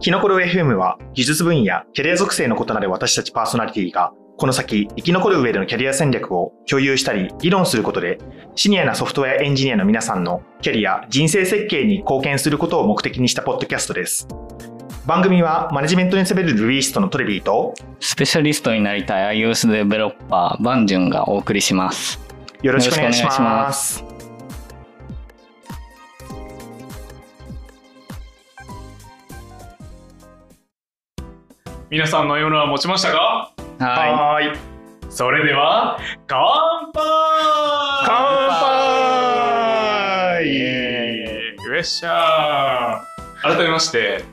キノコル FM は技術分野、キャリア属性の異なる私たちパーソナリティがこの先生き残る上でのキャリア戦略を共有したり議論することでシニアなソフトウェアエンジニアの皆さんのキャリア、人生設計に貢献することを目的にしたポッドキャストです。番組はマネジメントに攻めるルビーストのトレビーとスペシャリストになりたい iOS デベロッパーバンジュンがお送りします。 よろしくお願いします。 皆さんの夜は持ちましたか？ はい。 それでは乾杯！ 乾杯！ よっしゃー。改めまして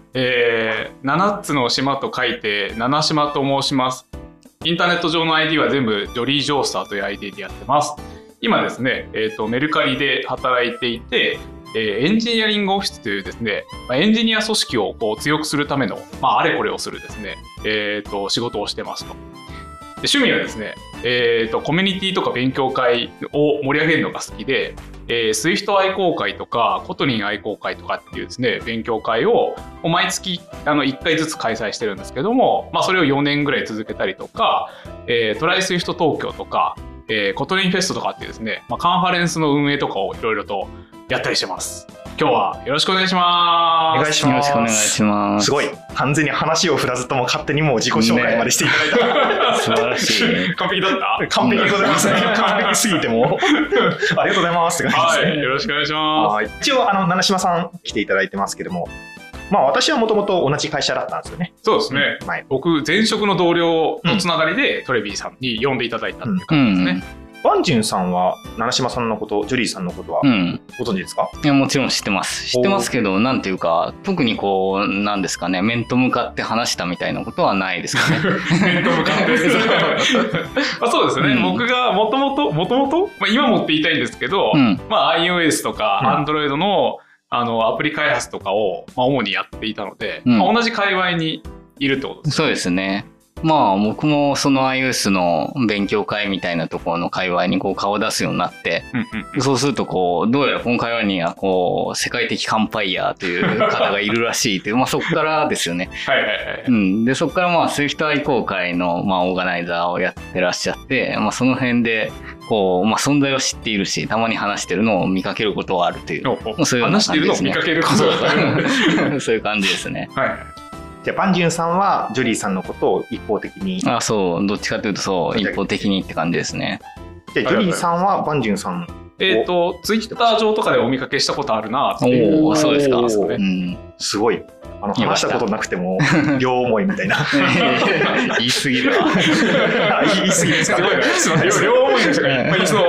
、7つの島と書いて七島と申します。インターネット上の ID は全部ジョリー・ジョースターという ID でやってます。今ですね、メルカリで働いていて、エンジニアリングオフィスというですね、エンジニア組織をこう強くするための、あれこれをするですね、仕事をしてますと。で趣味はですね、コミュニティとか勉強会を盛り上げるのが好きで、Swift 愛好会とかコトリン愛好会とかっていうですね、勉強会を毎月1回ずつ開催してるんですけども、それを4年ぐらい続けたりとか、トライ Swift 東京とか、コトリンフェストとかっていうですね、カンファレンスの運営とかをいろいろとやったりしてます。今日はよろしくお願いします。 お願いします。 よろしくお願いします。 すごい完全に話を振らずとも勝手にもう自己紹介までしていただいた、 素晴らしい。 完璧だった？ 完璧でございますね。完璧すぎてもありがとうございますって感じですね。 よろしくお願いします。 一応七島さん来ていただいてますけども、私はもともと同じ会社だったんですよね。 そうですね、僕前職の同僚のつながりで、トレビーさんに呼んでいただいたっていう感じですね。 バンジュンさんは七島さんのこと、ジョリーさんのことはご存知ですか？ いや、もちろん知ってます。知ってますけど、なんていうか、特にこう、なんですかね、面と向かって話したみたいなことはないですかね。 面と向かってそうですね、僕がもともと、今もって言いたいんですけど、iOS とか Android の、アプリ開発とかを、主にやっていたので、同じ界隈にいるってことですね。 そうですね。僕もその iOS の勉強会みたいなところの界隈にこう顔を出すようになって、そうするとこうどうやらこの界隈にはこう世界的カンパイヤーという方がいるらしいという、そこからですよね。でそこからSwift愛好会のオーガナイザーをやってらっしゃって、その辺でこう存在を知っているし、たまに話してるのを見かけることはあるという、そういう話してるのを見かけることはある。 そういう感じですね。 じゃあバンジュンさんはジョリーさんのことを一方的に。 そう、どっちかというとそう一方的にって感じですね。 じゃあジョリーさんはバンジュンさんツイッター上とかでお見かけしたことあるなっていう。 そうですか。 すごい。話したことなくても両思いみたいな。 言い過ぎるわ。 言い過ぎですか？ 両思いの人がいっぱいいそう。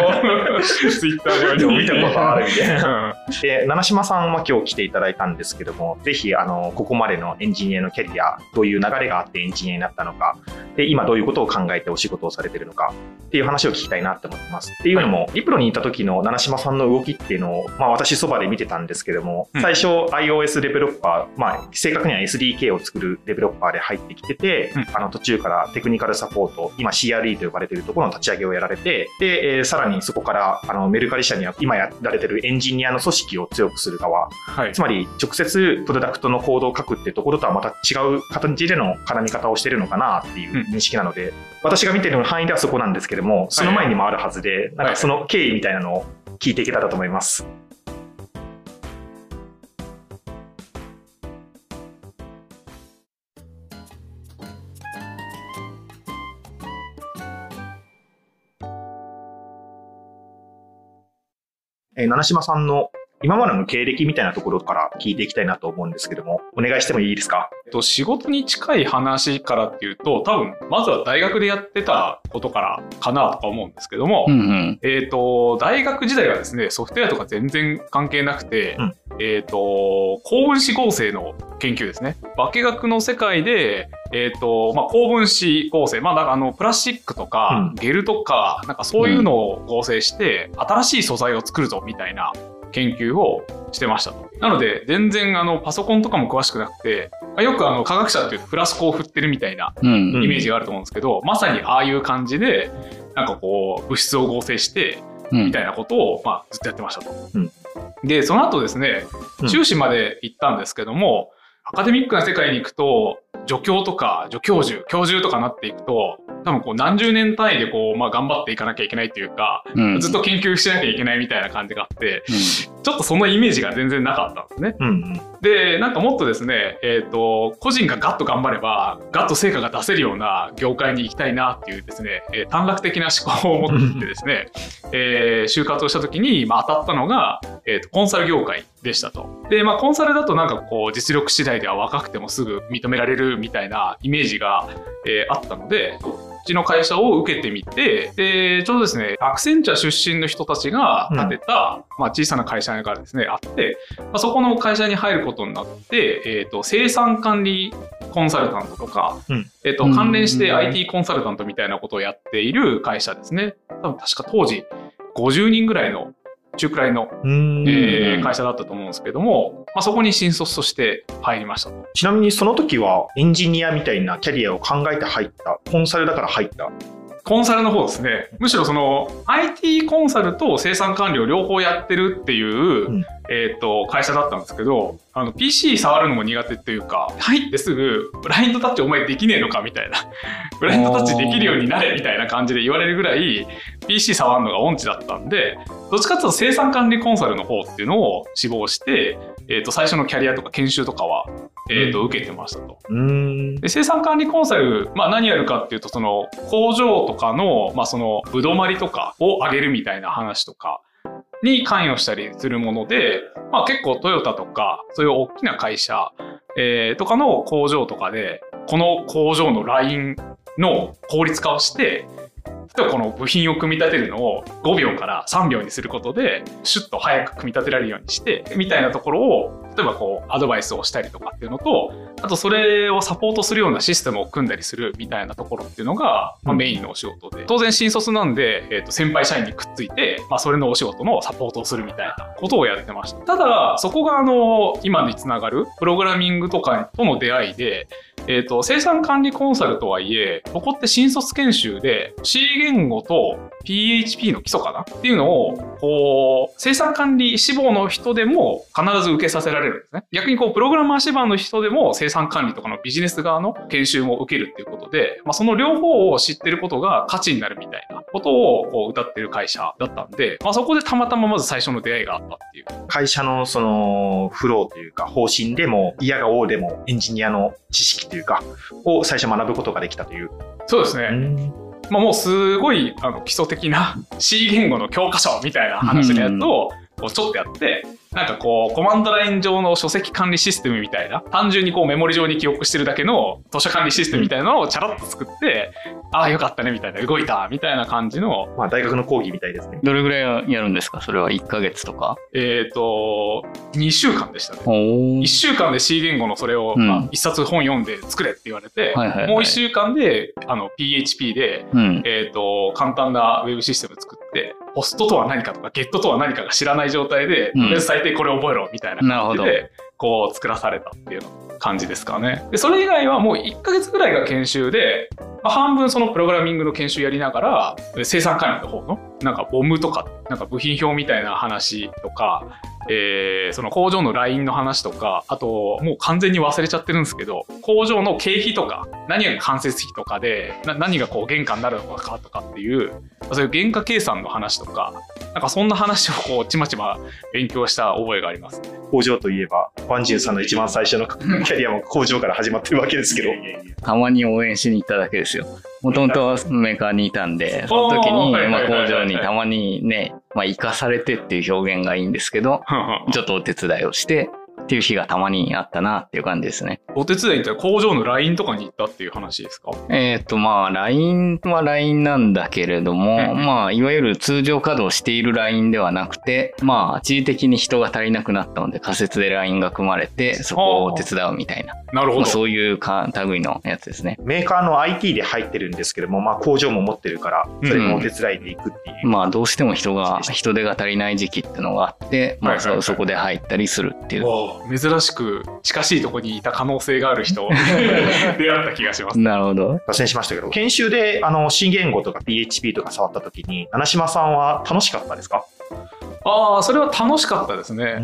ツイッター上に見たことあるみたいな。で、七島さんは今日来ていただいたんですけども、ぜひここまでのエンジニアのキャリア、どういう流れがあってエンジニアになったのか、で今どういうことを考えてお仕事をされているのかっていう話を聞きたいなって思ってます。っていうのも、リプロにいた時の七島さんの動きっていうのを、私そばで見てたんですけども、最初 iOS デベロッパー、正確には SDK を作るデベロッパーで入ってきてて、途中からテクニカルサポート、今 CRE と呼ばれているところの立ち上げをやられて、で、さらにそこからメルカリ社には今やられてるエンジニアの組織を強くする側、つまり直接プロダクトのコードを書くっていうところとはまた違う形での絡み方をしてるのかなっていう認識なので、私が見てる範囲ではそこなんですけども、その前にもあるはずで、なんかその経緯みたいなのを聞いていけたらと思います。七島さんの今までの経歴みたいなところから聞いていきたいなと思うんですけども、お願いしてもいいですか？ 仕事に近い話からっていうと、多分まずは大学でやってたことからかなとか思うんですけども、大学時代はですね、ソフトウェアとか全然関係なくて、高分子合成の研究ですね。化学の世界で、高分子合成、なんかプラスチックとかゲルとか、なんかそういうのを合成して新しい素材を作るぞみたいな研究をしてましたと。なので全然パソコンとかも詳しくなくて、よく科学者っていうとフラスコを振ってるみたいなイメージがあると思うんですけど、まさにああいう感じでなんかこう物質を合成してみたいなことをずっとやってましたと。でその後ですね、修士まで行ったんですけども、 アカデミックな世界に行くと、助教とか助教授、教授とかなっていくと、多分こう何十年単位でこう、まあ、頑張っていかなきゃいけないというか、ずっと研究しなきゃいけないみたいな感じがあって、ちょっとそのイメージが全然なかったんですね。で、なんかもっとですね、個人がガッと頑張れば、ガッと成果が出せるような業界に行きたいなっていうですね、短絡的な思考を持ってですね、就活をした時に、まあ、当たったのが、コンサル業界でしたと。で、まあ、コンサルだとなんかこう、実力次第では若くてもすぐ認められるみたいなイメージが、あったので、うちの会社を受けてみて、で、ちょうどですね、アクセンチャー出身の人たちが建てた、まあ、小さな会社がですね、あって、まあ、そこの会社に入ることになって、生産管理コンサルタントとか、関連して IT コンサルタントみたいなことをやっている会社ですね。多分確か当時50人ぐらいの中くらいの、会社だったと思うんですけども、まあ、そこに新卒として入りましたと。 ちなみにその時はエンジニアみたいなキャリアを考えて入った、コンサルだから入った？ コンサルの方ですね。むしろその IT コンサルと生産管理を両方やってるっていう、会社だったんですけど、PC 触るのも苦手っていうか、入ってすぐブラインドタッチお前できねえのかみたいな、ブラインドタッチできるようになれみたいな感じで言われるぐらい PC 触るのが音痴だったんで、どっちかというと生産管理コンサルの方っていうのを志望して、最初のキャリアとか研修とかは、受けてましたと。で、生産管理コンサル、まあ、何やるかっていうと、その工場とかの、まあ、そのぶどまりとかを上げるみたいな話とかに関与したりするもので、まあ、結構トヨタとかそういう大きな会社、とかの工場とかで、この工場のラインの効率化をして、例えばこの部品を組み立てるのを5秒から3秒にすることでシュッと早く組み立てられるようにしてみたいなところを、例えばこうアドバイスをしたりとかっていうのと、あとそれをサポートするようなシステムを組んだりするみたいなところっていうのが、まあ、メインのお仕事で、当然新卒なんで、先輩社員にくっついて、まあ、それのお仕事のサポートをするみたいなことをやってました。ただそこが今につながるプログラミングとかとの出会いで、生産管理コンサルとはいえ、ここって新卒研修で C 言語と PHP の基礎かなっていうのを、こう、生産管理志望の人でも必ず受けさせられるんですね。逆にこう、プログラマー志望の人でも生産管理とかのビジネス側の研修も受けるっていうことで、まあ、その両方を知ってることが価値になるみたいなことをこう謳ってる会社だったんで、まあ、そこでたまたままず最初の出会いがあったっていう。 会社のそのフローというか方針でも、嫌が応でもエンジニアの知識というか、を最初学ぶことができたという。 そうですね。まあ、もうすごい基礎的な C 言語の教科書みたいな話のやつをこうちょっとやって、なんかこうコマンドライン上の書籍管理システムみたいな、単純にこうメモリ上に記憶してるだけの図書管理システムみたいなのをチャラッと作って、ああよかったねみたいな、動いたみたいな感じの、 まあ大学の講義みたいですね。 どれぐらいやるんですか？それは1ヶ月とか ？2週間でしたね。1週間で C 言語のそれを、1冊本読んで作れって言われて、もう1週間でPHP で、簡単なウェブシステム作って、ポストとは何かとかゲットとは何かが知らない状態で、とりあえず最低これ覚えろみたいな感じでこう作らされたっていう感じですかね。でそれ以外はもう1ヶ月ぐらいが研修で、まあ、半分そのプログラミングの研修やりながら、生産管理の方のなんかボムとかなんか部品表みたいな話とか、その工場のラインの話とか、あともう完全に忘れちゃってるんですけど、工場の経費とか何が間接費とかで何がこう原価になるのかとかっていう、そういう原価計算の話とか、なんかそんな話をこうちまちま勉強した覚えがありますね。 工場といえばワンジュンさんの一番最初のキャリアも工場から始まってるわけですけどたまに応援しに行っただけですよ。もともとメーカーにいたんで、その時に工場にたまにね、まあ生かされてっていう表現がいいんですけど、ちょっとお手伝いをしてっていう日がたまにあったなっていう感じですね。 お手伝いって工場の LINE とかに行ったっていう話ですか？ まあ LINE は LINE なんだけれども、まあいわゆる通常稼働している LINE ではなくて、まあ一時的に人が足りなくなったので仮設で LINE が組まれて、そこを手伝うみたいな。 なるほど。 そういう類のやつですね。 メーカーの IT で入ってるんですけども、まあ工場も持ってるから、それもお手伝いで行くっていう。 まあどうしても人手が足りない時期っていうのがあって、まあそこで入ったりするっていう。 珍しく近しいところにいた可能性がある人出会った気がします。 なるほど。 脱線しましたけど、研修でC 言語とか PHP とか触った時に、七島さんは楽しかったですか？ それは楽しかったですね。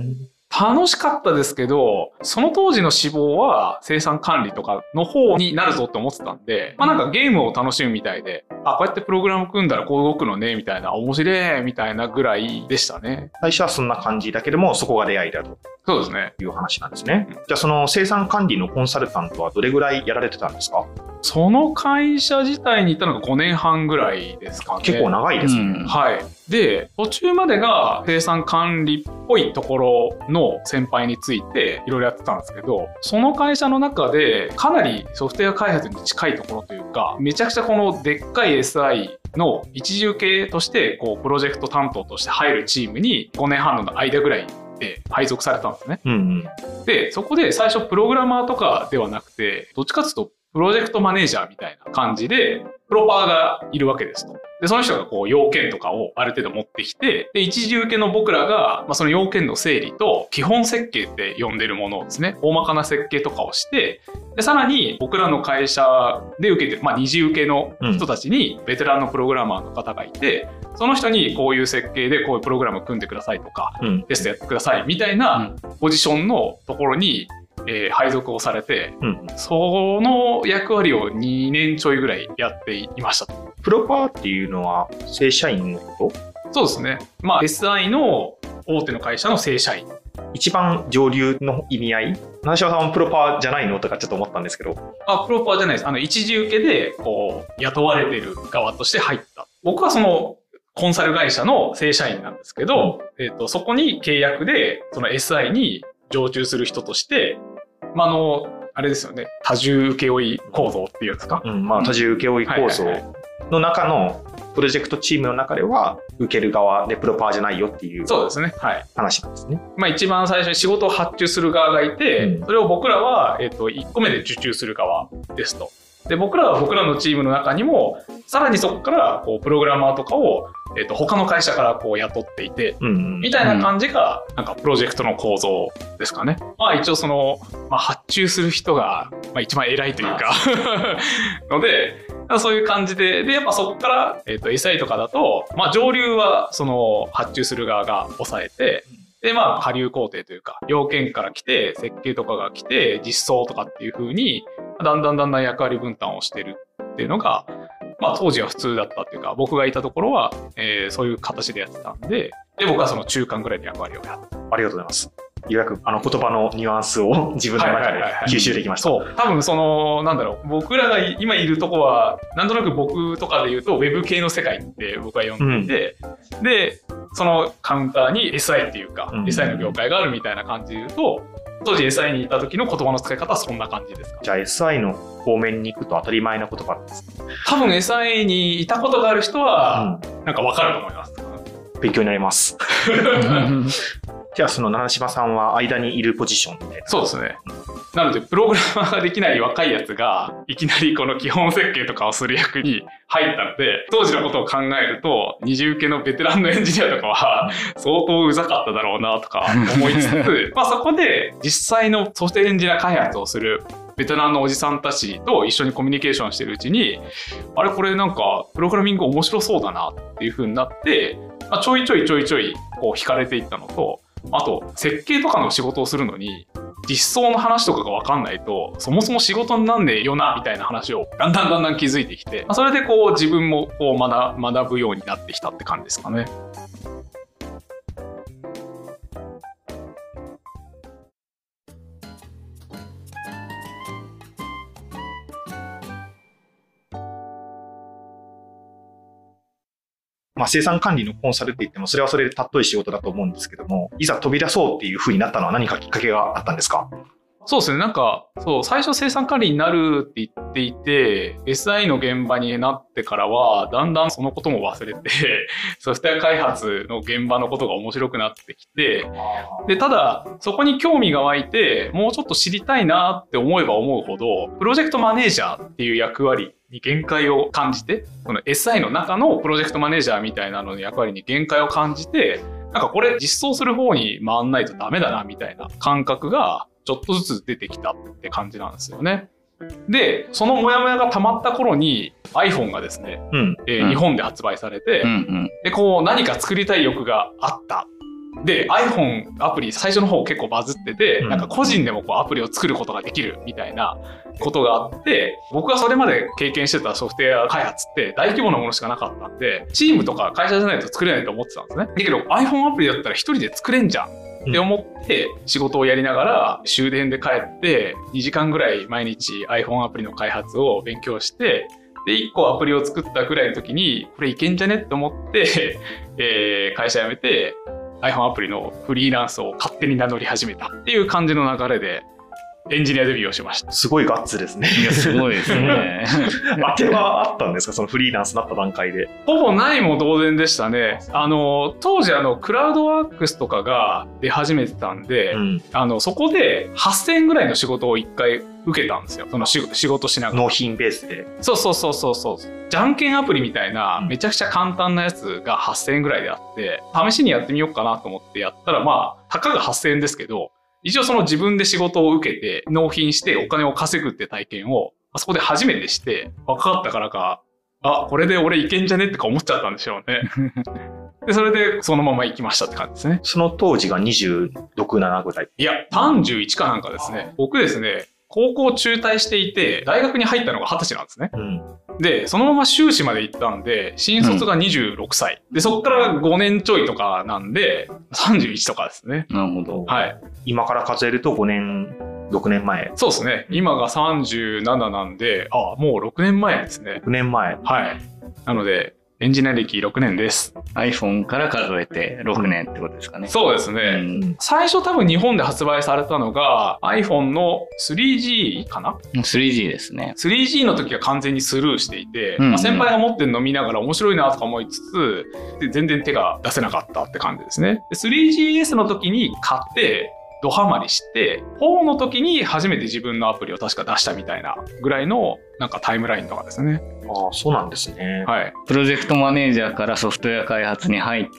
楽しかったですけど、その当時の志望は生産管理とかの方になるぞって思ってたんで、なんかゲームを楽しむみたいで、こうやってプログラム組んだらこう動くのねみたいな、面白いみたいなぐらいでしたね。 最初はそんな感じだけども、そこが出会いだと。 そうですね。 いう話なんですね。じゃあその生産管理のコンサルタントはどれぐらいやられてたんですか？ その会社自体にいたのが5年半ぐらいですかね。 結構長いですね。 はい。で、途中までが生産管理っぽいところの先輩についていろいろやってたんですけど、その会社の中でかなりソフトウェア開発に近いところというか、めちゃくちゃこのでっかい SI の一時受けとしてこうプロジェクト担当として入るチームに5年半の間ぐらいで配属されたんですね。で、そこで最初プログラマーとかではなくて、どっちかというとプロジェクトマネージャーみたいな感じでプロパーがいるわけですと。で、その人がこう要件とかをある程度持ってきて、で、一時受けの僕らが、その要件の整理と基本設計って呼んでるものをですね、大まかな設計とかをして、で、さらに僕らの会社で受けてる、二次受けの人たちにベテランのプログラマーの方がいて、その人にこういう設計でこういうプログラム組んでくださいとか、テストやってくださいみたいなポジションのところに、配属をされて、その役割を2年ちょいぐらいやっていました。 プロパーっていうのは正社員のこと？ そうですね。SI の大手の会社の正社員。 一番上流の意味合い？長嶋さんはプロパーじゃないのとかちょっと思ったんですけど。 プロパーじゃないです。一時受けでこう雇われてる側として入った。僕はそのコンサル会社の正社員なんですけど、そこに契約でその SI に常駐する人として、あれですよね、多重請負構造っていうんですか、 多重請負構造の中のプロジェクトチームの中では受ける側でプロパーじゃないよっていうそうですね、はい、 話なんですね。 一番最初に仕事を発注する側がいて、それを僕らは、1個目で受注する側ですと。で、僕らは僕らのチームの中にもさらにそこからこうプログラマーとかを他の会社からこう雇っていて、みたいな感じがなんかプロジェクトの構造ですかね。一応その、発注する人が一番偉いというかので、そういう感じで、やっぱそこから、SI とかだと、上流はその発注する側が抑えて、で、下流工程というか、要件から来て、設計とかが来て、実装とかっていう風に、だんだん役割分担をしてるっていうのが、当時は普通だったっていうか、僕がいたところは、そういう形でやってたんで、僕はその中間ぐらいの役割をやった。 ありがとうございます。ようやく言葉のニュアンスを自分の中で吸収できました。 そう、多分その僕らが今いるとこはなんとなく僕とかで言うとウェブ系の世界って僕は呼んでいて、でそのカウンターに SI っていうか、SI の業界があるみたいな感じで言うと、当時 SI にいた時の言葉の使い方はそんな感じですか。 じゃあ SI の方面に行くと当たり前な言葉ですね。 多分 SI にいたことがある人はなんか分かると思います。 勉強になります。じゃあその七島さんは間にいるポジションみたいな。 そうですね。なのでプログラマーができない若いやつがいきなりこの基本設計とかをする役に入ったので、当時のことを考えると二次受けのベテランのエンジニアとかは相当うざかっただろうなとか思いつつそこで実際のソフトウェアエンジニア開発をするベテランのおじさんたちと一緒にコミュニケーションしてるうちに、あれこれなんかプログラミング面白そうだなっていう風になって、ちょいちょいこう惹かれていったのと、あと設計とかの仕事をするのに実装の話とかが分かんないとそもそも仕事になんねえよなみたいな話をだんだん気づいてきて、それでこう自分もこう学ぶようになってきたって感じですかね。 生産管理のコンサルって言ってもそれはそれで尊い仕事だと思うんですけども、いざ飛び出そうっていう風になったのは何かきっかけがあったんですか？ そうですね。なんか最初生産管理になるって言っていて、 SI の現場になってからはだんだんそのことも忘れてソフトウェア開発の現場のことが面白くなってきて、でただそこに興味が湧いてもうちょっと知りたいなって思えば思うほど、プロジェクトマネージャーっていう役割に限界を感じて、この SI の中のプロジェクトマネージャーみたいなのの役割に限界を感じて、なんかこれ実装する方に回んないとダメだなみたいな感覚がちょっとずつ出てきたって感じなんですよね。でそのモヤモヤが溜まった頃に iPhone がですね、日本で発売されて、でこう何か作りたい欲があったで iPhone アプリ最初の方結構バズってて、なんか個人でもこうアプリを作ることができるみたいなことがあって、僕がそれまで経験してたソフトウェア開発って大規模なものしかなかったんで、チームとか会社じゃないと作れないと思ってたんですね。だけど iPhone アプリだったら一人で作れんじゃんって思って仕事をやりながら終電で帰って2時間ぐらい毎日 iPhone アプリの開発を勉強して、で1個アプリを作ったぐらいの時にこれいけんじゃねって思って会社辞めて iPhone アプリのフリーランスを勝手に名乗り始めたっていう感じの流れでエンジニアデビューをしました。 すごいガッツですね。 いや、すごいですね。 当てはあったんですか、そのフリーランスになった段階で。 ほぼないも同然でしたね。当時クラウドワークスとかが出始めてたんで、そこで8000円ぐらいの仕事を1回受けたんですよ。その仕事しながら。 納品ベースで。 そう。じゃんけんアプリみたいなめちゃくちゃ簡単なやつが8000円ぐらいであって、試しにやってみようかなと思ってやったら、まあ、たかが8000円ですけど、一応その自分で仕事を受けて納品してお金を稼ぐって体験をそこで初めてして、若かったからか、これで俺いけんじゃねってか思っちゃったんでしょうね。で、それでそのまま行きましたって感じですね。 その当時が26、7ぐらい。 いや、31かなんかですね。僕ですね、高校中退していて、大学に入ったのが20歳なんですね。で、そのまま修士まで行ったんで、新卒が26歳。で、そこから5年ちょいとかなんで、31とかですね。 なるほど。 はい。 今から数えると5年、6年前。 そうですね。今が37なんで、もう6年前ですね。 6年前。 はい。なので、エンジニア歴6年です。 iPhone から数えて6年ってことですかね。 そうですね。最初多分日本で発売されたのが iPhone の 3G かな？ 3G ですね。 3G の時は完全にスルーしていて、先輩が持ってるのを見ながら面白いなとか思いつつ、全然手が出せなかったって感じですね。で 3GS の時に買って、ドハマりして、4の時に初めて自分のアプリを確か出したみたいなぐらいのなんかタイムラインとかですね。 そうなんですね。 はい。 プロジェクトマネージャーからソフトウェア開発に入って、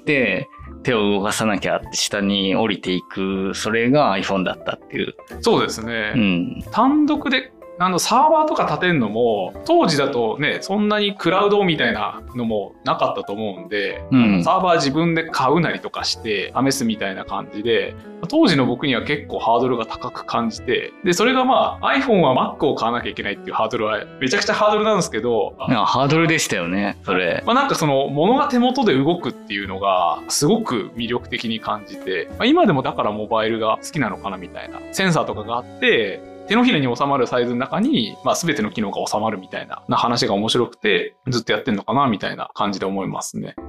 手を動かさなきゃって下に降りていく、それが iPhone だったっていう。 そうですね。単独でサーバーとか立てるのも当時だとね、そんなにクラウドみたいなのもなかったと思うんで、サーバー自分で買うなりとかして試すみたいな感じで、当時の僕には結構ハードルが高く感じて、でそれがまあ iPhone は Mac を買わなきゃいけないっていうハードルはめちゃくちゃハードルなんですけど、 ハードルでしたよねそれ。 なんかその物が手元で動くっていうのがすごく魅力的に感じて、今でもだからモバイルが好きなのかなみたいな。センサーとかがあって手のひらに収まるサイズの中に、全ての機能が収まるみたいな話が面白くて、ずっとやってんのかなみたいな感じで思いますね。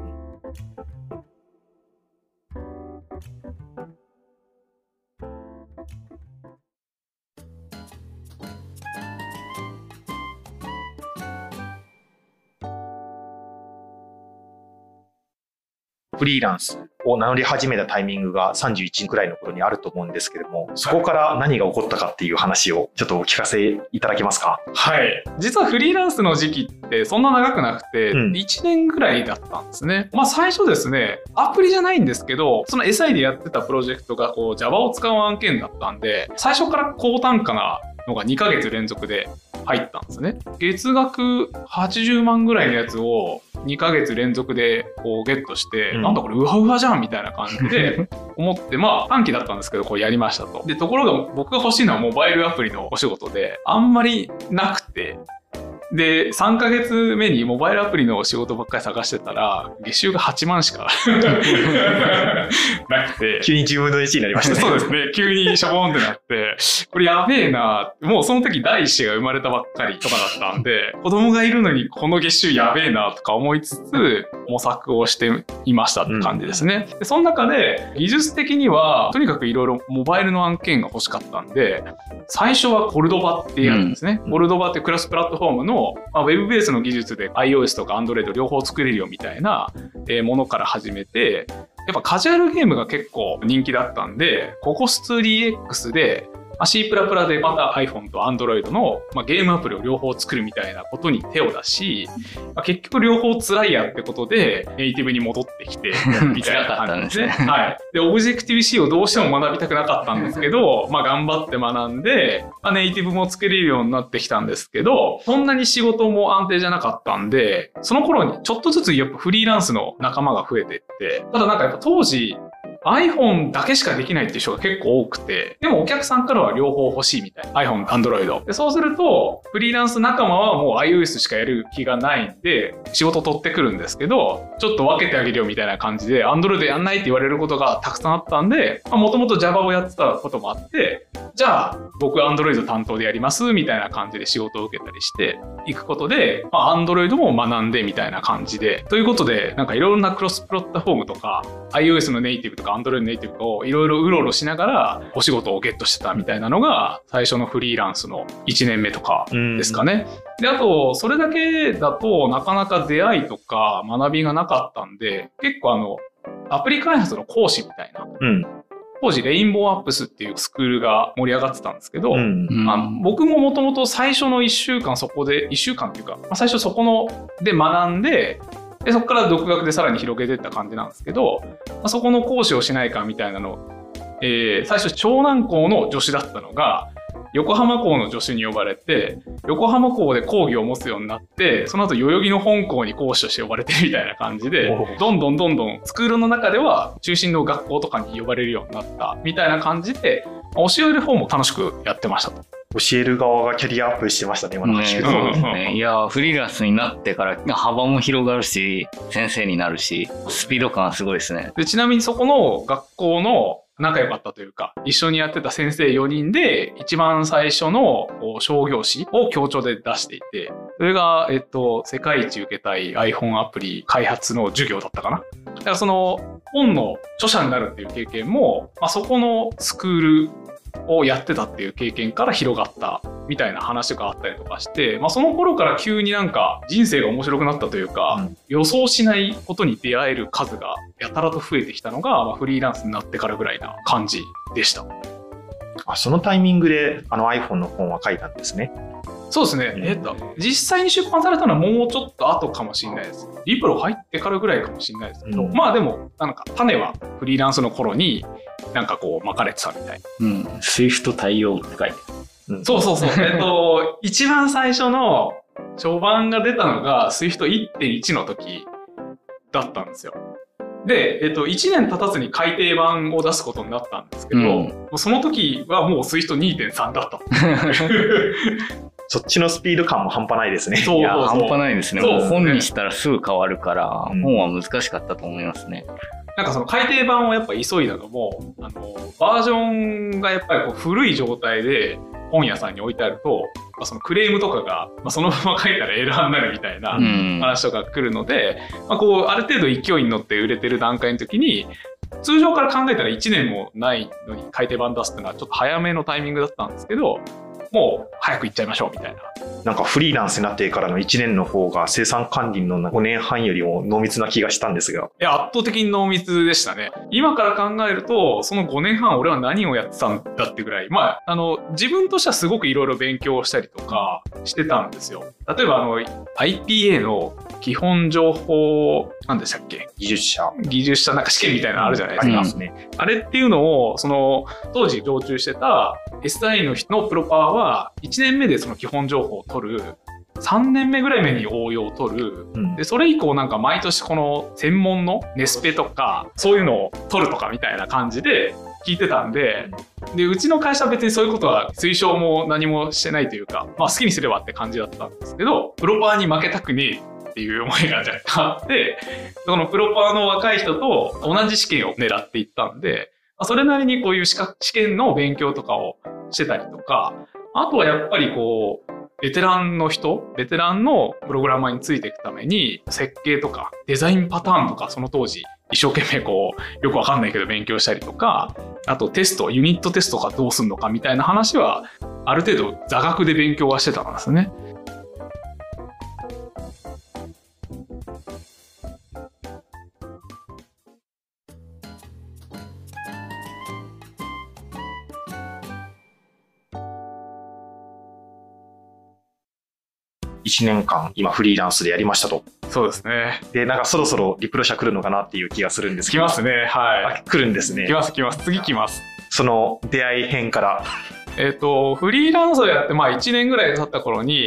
フリーランスを名乗り始めたタイミングが31くらいの頃にあると思うんですけれども、そこから何が起こったかっていう話をちょっとお聞かせいただけますか？ はい。実はフリーランスの時期ってそんな長くなくて、1年ぐらいだったんですね。最初ですね、アプリじゃないんですけど、その SI でやってたプロジェクトがJava を使う案件だったんで、最初から高単価なのが2ヶ月連続で入ったんですね。月額80万ぐらいのやつを2ヶ月連続でゲットして、なんだこれウハウハじゃんみたいな感じで思って短期だったんですけどやりましたと。でところが僕が欲しいのはモバイルアプリのお仕事であんまりなくて、で3ヶ月目にモバイルアプリの仕事ばっかり探してたら月収が8万しかなくて、 急に10分の1になりましたね。 そうですね。急にしょぼんってなって、これやべえな。もうその時第一子が生まれたばっかりとかだったんで、子供がいるのにこの月収やべえなとか思いつつ模索をしていましたって感じですね。でその中で技術的にはとにかくいろいろモバイルの案件が欲しかったんで、最初はコルドバっていうやつですね。コルドバってクラスプラットフォームのウェブベースの技術で iOS とか Android 両方作れるよみたいなものから始めて、やっぱカジュアルゲームが結構人気だったんで、ココス 2DX でC++ でまた iPhone と Android のゲームアプリを両方作るみたいなことに手を出し、結局両方辛いやってことでネイティブに戻ってきてみたいな感じですね。はい。で、オブジェクティブ C をどうしても学びたくなかったんですけど、頑張って学んで、ネイティブも作れるようになってきたんですけど、そんなに仕事も安定じゃなかったんで、その頃にちょっとずつやっぱフリーランスの仲間が増えていって、ただなんかやっぱ当時 iPhone だけしかできないっていう人が結構多くて、でもお客さんからは両方欲しいみたいな。iPhone、Android。で、そうすると、フリーランス仲間はもう iOS しかやる気がないんで、仕事取ってくるんですけど、ちょっと分けてあげるよみたいな感じで、Android やんないって言われることがたくさんあったんで、もともと Java をやってたこともあって、じゃあ、僕 Android 担当でやりますみたいな感じで仕事を受けたりしていくことで、Android も学んでみたいな感じで、ということで、なんかいろんなクロスプラットフォームとか、iOS のネイティブとか Android のネイティブをいろいろうろうろしながらお仕事をゲットしてたみたいなのが、最初のフリーランスの1年目とかですかね。で、あと、それだけだとなかなか出会いとか学びがなかったんで、結構アプリ開発の講師みたいな。当時レインボーアップスっていうスクールが盛り上がってたんですけど、僕ももともと最初の1週間そこで、1週間っていうか、最初そこで学んで、そこから独学でさらに広げていった感じなんですけど、そこの講師をしないかみたいなの、最初湘南校の助手だったのが、横浜校の助手に呼ばれて、横浜校で講義を持つようになって、その後代々木の本校に講師として呼ばれてみたいな感じで、どんどんスクールの中では中心の学校とかに呼ばれるようになったみたいな感じで、教える方も楽しくやってましたと。 教える側がキャリアアップしてましたね、今の話。 そうですね。いや、フリーランスになってから幅も広がるし、先生になるし、スピード感すごいですね。 で、ちなみにそこの学校の仲良かったというか、一緒にやってた先生4人で、一番最初の商業誌を協調で出していて、それが、世界一受けたい iPhone アプリ開発の授業だったかな。だからその本の著者になるっていう経験も、そこのスクールをやってたっていう経験から広がったみたいな話があったりとかして、その頃から急になんか人生が面白くなったというか、予想しないことに出会える数がやたらと増えてきたのが、フリーランスになってからぐらいな感じでした。 そのタイミングでiPhone の本は書いたんですね。 そうですね。実際に出版されたのはもうちょっと後かもしれないです。リプロ入ってからぐらいかもしれないですけど、でもなんか種はフリーランスの頃になんかこう巻かれてたみたいな。 SWIFT 対応って書いてある。そう。一番最初の初版が出たのが SWIFT1.1 の時だったんですよ。で、1年経たずに改訂版を出すことになったんですけど、その時はもう SWIFT2.3 だった。 そっちのスピード感も半端ないですね。 いや、半端ないですね。もう本にしたらすぐ変わるから、本は難しかったと思いますね。 なんかその改訂版をやっぱ急いだのも、バージョンがやっぱりこう古い状態で本屋さんに置いてあると、そのクレームとかが、そのまま書いたらエラーになるみたいな話とか来るので、こうある程度勢いに乗って売れてる段階の時に、通常から考えたら1年もないのに改訂版出すっていうのはちょっと早めのタイミングだったんですけど、もう早く行っちゃいましょうみたいな。 なんかフリーランスになってからの1年の方が生産管理の5年半よりも濃密な気がしたんですが。 いや、圧倒的に濃密でしたね。今から考えると、その5年半俺は何をやってたんだってぐらい、自分としてはすごくいろいろ勉強したりとかしてたんですよ。例えばIPA の基本情報、何でしたっけ？技術者なんか試験みたいなのあるじゃないですか。ありますね。あれっていうのを、当時常駐してた SI の人のプロパーは、1年目でその基本情報を取る。3年目ぐらい目に応用を取る。で、それ以降なんか毎年この専門のネスペとか、そういうのを取るとかみたいな感じで聞いてたんで、うちの会社は別にそういうことは推奨も何もしてないというか、好きにすればって感じだったんですけど、プロパーに負けたくねえっていう思いが若干あって、そのプロパーの若い人と同じ試験を狙っていったんで、それなりにこういう試験の勉強とかをしてたりとか、あとはやっぱりこう、ベテランのプログラマーについていくために、設計とかデザインパターンとか、その当時一生懸命こう、よくわかんないけど勉強したりとか、あとユニットテストがどうすんのかみたいな話は、ある程度座学で勉強はしてたんですね。 1年間今フリーランスでやりましたと。 そうですね。 で、なんかそろそろリプロ社来るのかなっていう気がするんですけど。 来ますね。はい。 来るんですね。 来ます。次来ます。 その出会い編から。 フリーランスをやって1年ぐらい経った頃に、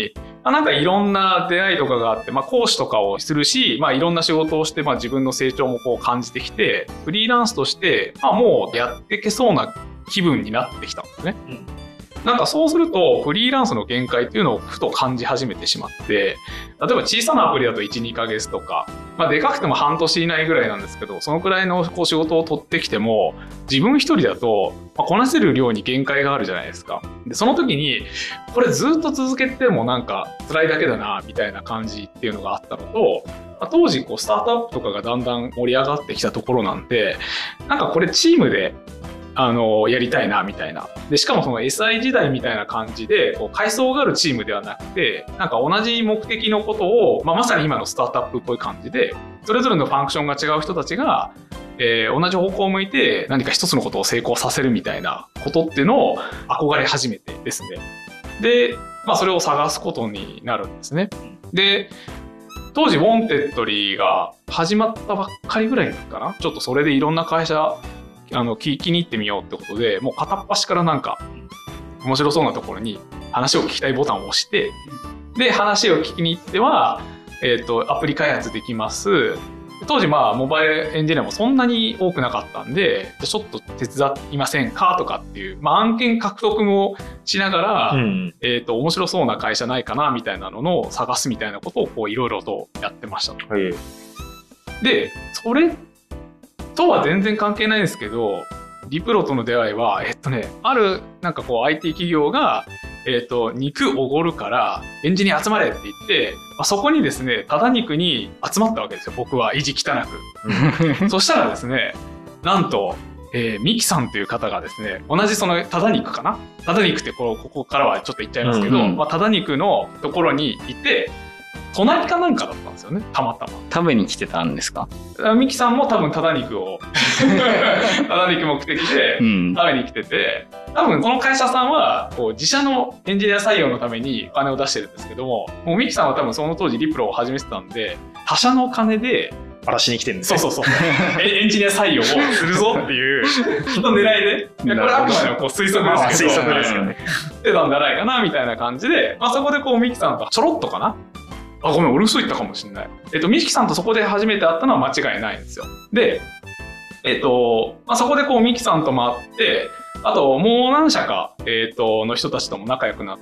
なんかいろんな出会いとかがあって、講師とかをするし、いろんな仕事をして、自分の成長もこう感じてきて、フリーランスとして、もうやっていけそうな気分になってきたんですね。なんかそうするとフリーランスの限界っていうのをふと感じ始めてしまって、例えば小さなアプリだと 1,2 ヶ月とか、でかくても半年以内ぐらいなんですけど、そのくらいのこう仕事を取ってきても自分一人だとこなせる量に限界があるじゃないですか。でその時にこれずっと続けてもなんか辛いだけだなみたいな感じっていうのがあったのと、当時こうスタートアップとかがだんだん盛り上がってきたところなんで、なんかこれチームでやりたいなみたいな。でしかもその SI 時代みたいな感じでこう階層があるチームではなくて、なんか同じ目的のことを、まさに今のスタートアップっぽい感じで、それぞれのファンクションが違う人たちが、同じ方向を向いて何か一つのことを成功させるみたいなことっていうのを憧れ始めてですね。で、それを探すことになるんですね。で当時ウォンテッドリーが始まったばっかりぐらいかな。ちょっとそれでいろんな会社聞きに行ってみようってことで、もう片っ端からなんか面白そうなところに話を聞きたいボタンを押して、で話を聞きに行っては、アプリ開発できます。当時モバイルエンジニアもそんなに多くなかったんで、ちょっと手伝いませんかとかっていう、案件獲得もしながら、面白そうな会社ないかなみたいなのを探すみたいなことをこういろいろとやってましたと。でそれとは全然関係ないんですけど、リプロとの出会いはあるなんかこう IT 企業が肉おごるからエンジニア集まれって言って、そこにですねただ肉に集まったわけですよ。僕は意地汚くそしたらですね、なんと、ミキさんという方がですね、同じそのただ肉かな、ただ肉ってここからはちょっと言っちゃいますけど、ただ肉のところにいて、隣かなんかだったんですよね、たまたま。 食べに来てたんですか？ ミキさんも多分ただ肉をただ肉目的で食べに来てて、多分この会社さんはこう自社のエンジニア採用のためにお金を出してるんですけども、もうミキさんは多分その当時リプロを始めてたんで、他社の金で荒らしに来てるんですね。 そうエンジニア採用をするぞっていう狙いで、これあくまでもこう推測ですけど、 推測ですよね。 出たんじゃないかなみたいな感じで、そこでこうミキさんとちょろっとかな、ごめん俺嘘言ったかもしれない。ミキさんとそこで初めて会ったのは間違いないんですよ。で、そこでこうミキさんとも会って、あともう何社か、の人たちとも仲良くなって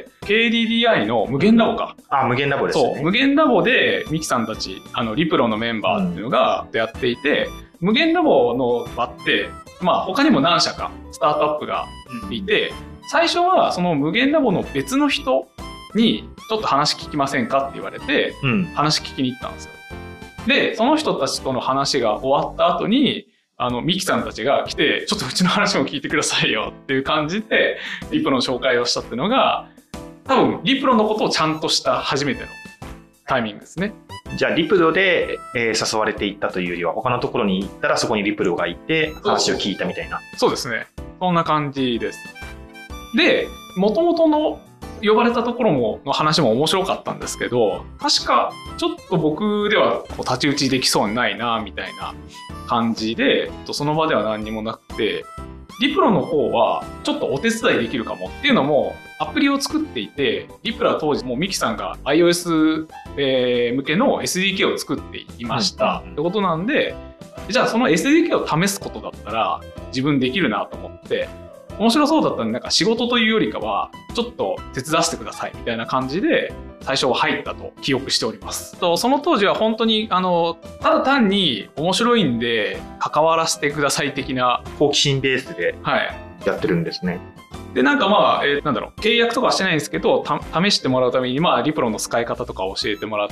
、KDDI の無限ラボか。 無限ラボですね。 そう、無限ラボでミキさんたちリプロのメンバーっていうのがやっていて、無限ラボの場って他にも何社かスタートアップがいて、最初はその無限ラボの別の人にちょっと話聞きませんかって言われて、話聞きに行ったんですよ。でその人たちとの話が終わった後にミキさんたちが来て、ちょっとうちの話も聞いてくださいよっていう感じでリプロの紹介をしたっていうのが、多分リプロのことをちゃんとした初めてのタイミングですね。 じゃあリプロで、誘われていったというよりは、他のところに行ったらそこにリプロがいて話を聞いたみたいな。 そうですね、そんな感じです。で元々の呼ばれたところの話も面白かったんですけど、確かちょっと僕ではこう太刀打ちできそうにないなみたいな感じで、その場では何にもなくて、リプロの方はちょっとお手伝いできるかもっていうのも、アプリを作っていて、リプロは当時もうミキさんが iOS 向けの SDK を作っていましたってことなんで、じゃあその SDK を試すことだったら自分できるなと思って、面白そうだったんで、なんか仕事というよりかはちょっと手伝わせてくださいみたいな感じで最初は入ったと記憶しております。その当時は本当にただ単に面白いんで関わらせてください的な好奇心ベースでやってるんですね。 でなんか契約とかはしてないんですけど、試してもらうためにリプロの使い方とか教えてもらって、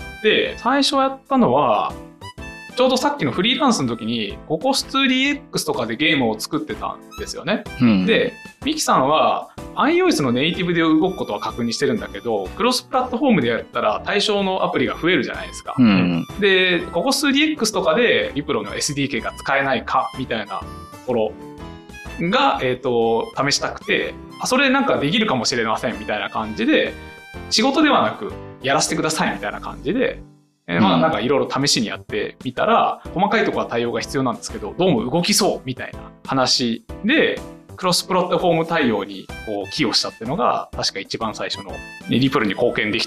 最初やったのはちょうどさっきのフリーランスの時にココス 2DX とかでゲームを作ってたんですよね。でミキさんは iOS のネイティブで動くことは確認してるんだけど、クロスプラットフォームでやったら対象のアプリが増えるじゃないですか。でココス 2DX とかでリプロの SDK が使えないかみたいなところが、試したくて、それなんかできるかもしれませんみたいな感じで、仕事ではなくやらせてくださいみたいな感じで、なんかいろいろ試しにやってみたら、細かいところは対応が必要なんですけど、どうも動きそうみたいな話で、クロスプラットフォーム対応にこう寄与したっていうのが確か一番最初のリプロに貢献できた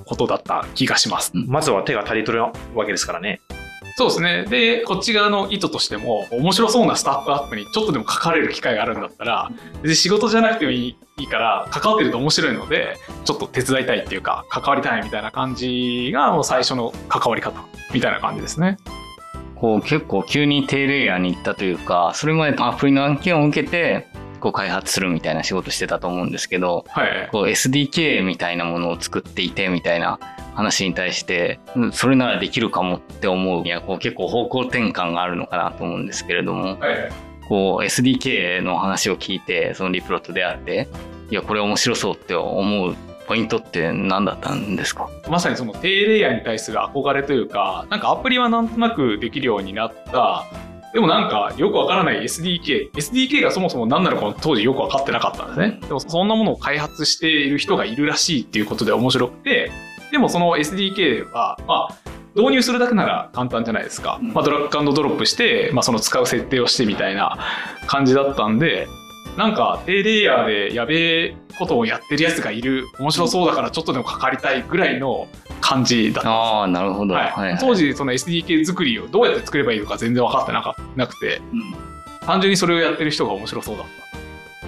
ことだった気がします。 まずは手が足りとるわけですからね。 そうですね。で、こっち側の意図としても、面白そうなスタートアップにちょっとでも関われる機会があるんだったら、で仕事じゃなくてもいいから、関わってると面白いので、ちょっと手伝いたいっていうか、関わりたいみたいな感じが、もう最初の関わり方みたいな感じですね。 こう結構急に低レイヤーに行ったというか、それまでアプリの案件を受けて、こう開発するみたいな仕事してたと思うんですけど、 はい。 こう SDK みたいなものを作っていてみたいな話に対して、それならできるかもって思うには、こう結構方向転換があるのかなと思うんですけれども、 はい。 こう SDK の話を聞いて、そのリプロと出会って、いや、これ面白そうって思うポイントって何だったんですか？ まさにその低レイヤーに対する憧れというか、なんかアプリはなんとなくできるようになった。でもなんかよくわからない SDK がそもそも何なのか当時よく分かってなかったんですね。でもそんなものを開発している人がいるらしいっていうことで面白くて、でもその SDK は、導入するだけなら簡単じゃないですか。ドラッグ&ドロップして、その使う設定をしてみたいな感じだったんで、なんか低レイヤーでやべえことをやってるやつがいる、面白そうだからちょっとでも関わりたいぐらいの感じだったんです。 ああ、なるほど。 当時その SDK 作りをどうやって作ればいいのか全然分かってなくて、単純にそれをやってる人が面白そうだった。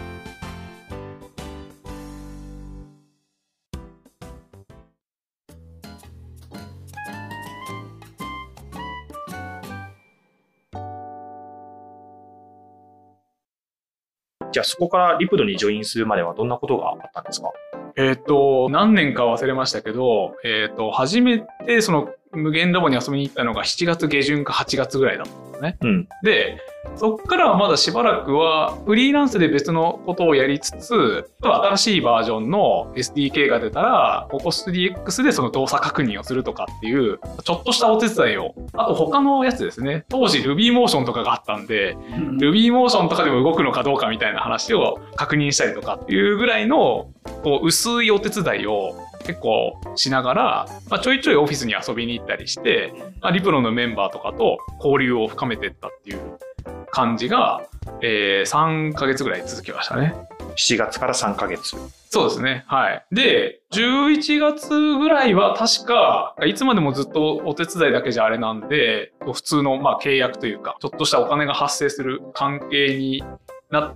じゃあそこからリプロにジョインするまではどんなことがあったんですか？ 何年か忘れましたけど、初めてその無限ラボに遊びに行ったのが7月下旬か8月ぐらいだったんですね。で、そこからはまだしばらくはフリーランスで別のことをやりつつ、新しいバージョンの SDK が出たら、Cocos3X でその動作確認をするとかっていう、ちょっとしたお手伝いを、あと他のやつですね、当時 RubyMotion とかがあったんで、RubyMotion とかでも動くのかどうかみたいな話を確認したりとかっていうぐらいの、こう薄いお手伝いを結構しながら、ちょいちょいオフィスに遊びに行ったりして、リプロのメンバーとかと交流を深めていったっていう感じが、3ヶ月ぐらい続きましたね。 7月から3ヶ月。 そうですね。はい。で、11月ぐらいは確か、いつまでもずっとお手伝いだけじゃあれなんで、普通の契約というか、ちょっとしたお金が発生する関係になって、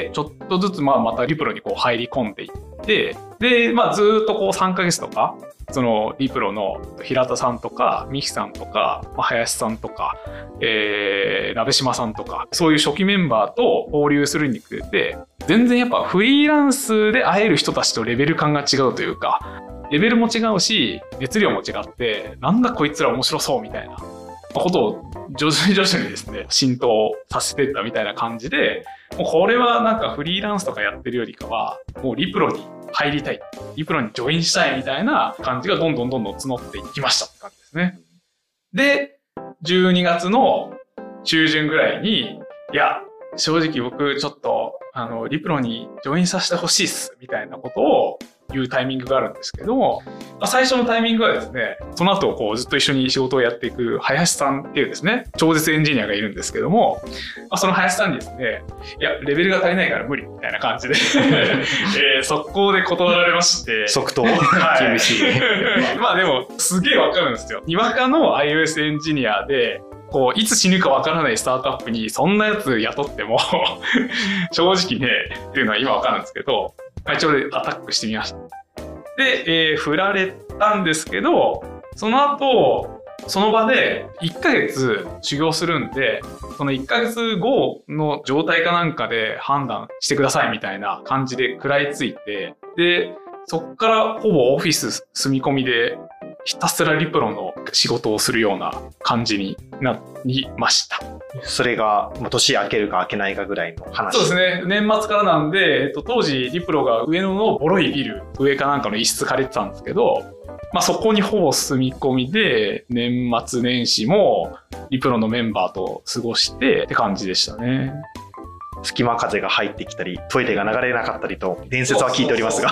ちょっとずつまたリプロにこう入り込んでいって、で、ずっとこう3ヶ月とか、そのリプロの平田さんとか、ミキさんとか、林さんとか、鍋島さんとか、そういう初期メンバーと交流するにつれて、全然やっぱフリーランスで会える人たちとレベル感が違うというか、レベルも違うし、熱量も違って、なんだこいつら面白そうみたいなことを徐々にですね、浸透させていったみたいな感じで、もうこれはなんかフリーランスとかやってるよりかは、もうリプロに入りたい、リプロにジョインしたいみたいな感じがどんどん募っていきましたって感じですね。で、12月の中旬ぐらいに、いや、正直僕ちょっとリプロにジョインさせてほしいっすみたいなことを言うタイミングがあるんですけども、最初のタイミングはですね、その後こうずっと一緒に仕事をやっていく林さんっていうですね、超絶エンジニアがいるんですけども、その林さんにですね、いやレベルが足りないから無理みたいな感じで速攻で断られまして、 即答。 厳しい。でもすげえわかるんですよ。にわかの iOS エンジニアで、こういつ死ぬかわからないスタートアップにそんなやつ雇っても正直ねっていうのは今わかるんですけど、一応アタックしてみました。で、振られたんですけど、その後その場で1ヶ月修行するんで、その1ヶ月後の状態かなんかで判断してくださいみたいな感じで食らいついて、でそっからほぼオフィス住み込みでひたすらリプロの仕事をするような感じになりました。 それが年明けるか明けないかぐらいの話。 そうですね。年末からなんで、当時リプロが上野のボロいビル上かなんかの一室借りてたんですけど、そこにほぼ住み込みで年末年始もリプロのメンバーと過ごしてって感じでしたね。 隙間風が入ってきたりトイレが流れなかったりと伝説は聞いておりますが、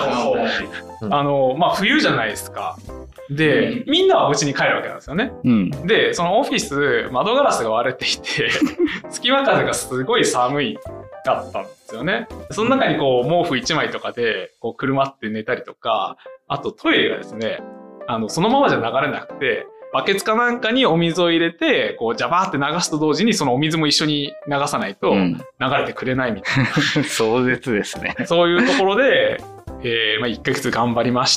冬じゃないですか。で、みんなはお家に帰るわけなんですよね。で、そのオフィス窓ガラスが割れていて隙間風がすごい寒いだったんですよね。その中にこう毛布1枚とかでこうくるまって寝たりとか、あとトイレがですね、 そのままじゃ流れなくて、バケツかなんかにお水を入れて、こう、ジャバーって流すと同時に、そのお水も一緒に流さないと流れてくれないみたいな。 壮絶ですね。 そういうところで、1ヶ月頑張りまして、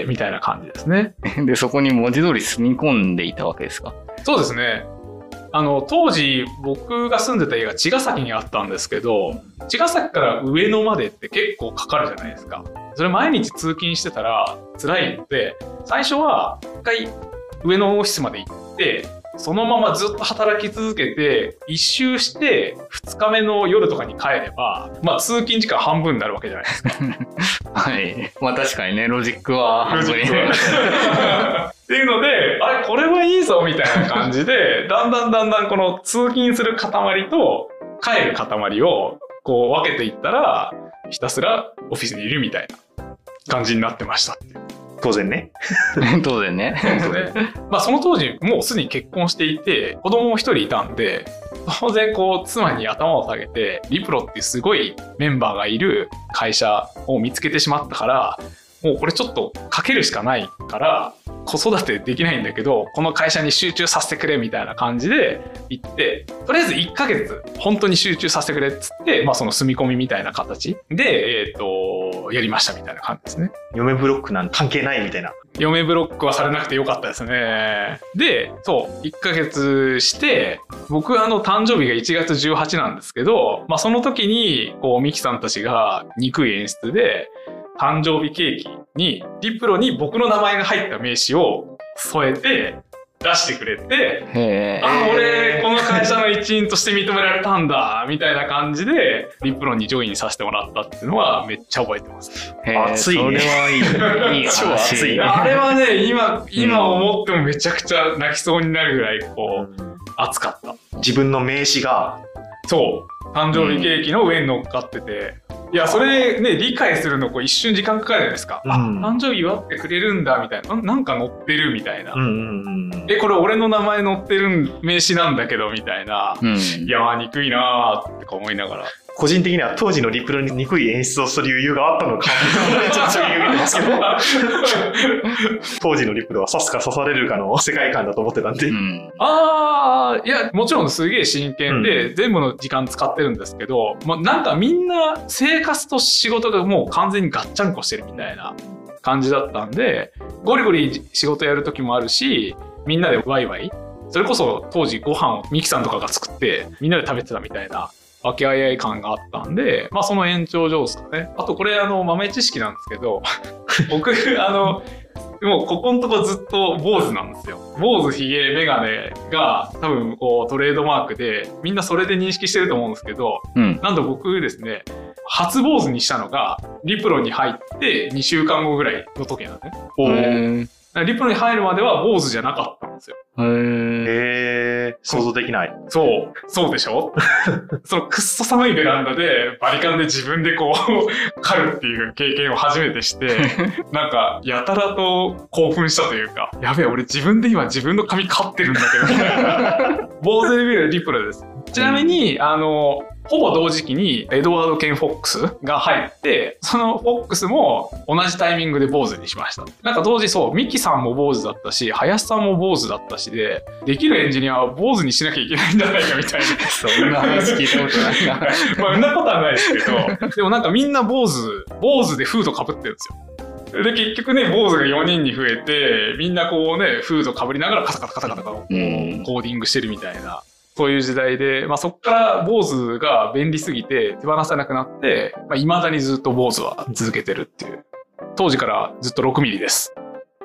みたいな感じですね。 で、そこに文字通り住み込んでいたわけですか？ そうですね。当時、僕が住んでた家が茅ヶ崎にあったんですけど、茅ヶ崎から上野までって結構かかるじゃないですか。それ毎日通勤してたら辛いので、最初は一回上野オフィスまで行って、そのままずっと働き続けて、一周して2日目の夜とかに帰れば、通勤時間半分になるわけじゃないですか。 はい。確かにね、ロジックは半分に。 っていうので、あれ、これはいいぞみたいな感じで、だんだんこの通勤する塊と帰る塊をこう分けていったら、ひたすらオフィスにいるみたいな感じになってましたっていう。 当然ね。 当然ね。 その当時もうすでに結婚していて、子供も一人いたんで、当然こう妻に頭を下げて、リプロっていうすごいメンバーがいる会社を見つけてしまったから、もうこれちょっとかけるしかないから子育てできないんだけど、この会社に集中させてくれみたいな感じで行って、とりあえず1ヶ月本当に集中させてくれっつって、その住み込みみたいな形で、やりましたみたいな感じですね。 嫁ブロックなんて関係ないみたいな。 嫁ブロックはされなくてよかったですね。で、そう、1ヶ月して、僕誕生日が1月18なんですけど、その時に、こう、ミキさんたちが憎い演出で、誕生日ケーキに、リプロに僕の名前が入った名刺を添えて出してくれて、俺、この会社の一員として認められたんだ、みたいな感じで、リプロにジョインさせてもらったっていうのはめっちゃ覚えてます。 熱いね。 それはいい。 超熱い。 あれはね、今思ってもめちゃくちゃ泣きそうになるぐらい、こう、熱かった。 自分の名刺が。 そう。誕生日ケーキの上に乗っかってて、いや、それね、理解するの一瞬時間かかるじゃないですか。誕生日祝ってくれるんだ、みたいな。なんか載ってるみたいな。これ俺の名前載ってる名刺なんだけど、みたいな。いやー、憎いなーって思いながら。 個人的には当時のリプロに憎い演出をする余裕があったのかちょっと言ってますけど当時のリプロは刺すか刺されるかの世界観だと思ってたんで、いやもちろんすげえ真剣で全部の時間使ってるんですけど、なんかみんな生活と仕事がもう完全にガッチャンコしてるみたいな感じだったんで、ゴリゴリ仕事やる時もあるし、みんなでワイワイ、それこそ当時ご飯をミキさんとかが作ってみんなで食べてたみたいな分け合い感があったんで、その延長上ですかね。あとこれ豆知識なんですけど僕もうここのとこずっと坊主なんですよ。坊主、ひげ、メガネが多分こうトレードマークでみんなそれで認識してると思うんですけど、なんと僕ですね、初坊主にしたのがリプロに入って2週間後ぐらいの時なんですね。リプロに入るまでは坊主じゃなかったんですよ。 想像できない。 そうでしょそのくっそ寒いベランダでバリカンで自分でこう刈るっていう経験を初めてしてなんかやたらと興奮したというか、やべえ俺自分で今自分の髪刈ってるんだけどみたいな坊主レビューリプロです。ちなみにほぼ同時期にエドワード・ケン・フォックスが入って、そのフォックスも同じタイミングで坊主にしました。なんか当時ミキさんも坊主だったし、林さんも坊主だったしで、できるエンジニアは坊主にしなきゃいけないんじゃないかみたいな。 そんな話聞いたことないな。 そんなことはないですけど、でもなんかみんな坊主でフード被ってるんですよ。で、結局ね、坊主が4人に増えて、みんなこうね、フード被りながらカタカタコーディングしてるみたいな。そういう時代で、そこから坊主が便利すぎて手放せなくなって、未だにずっと坊主は続けてるっていう。当時からずっと6ミリです。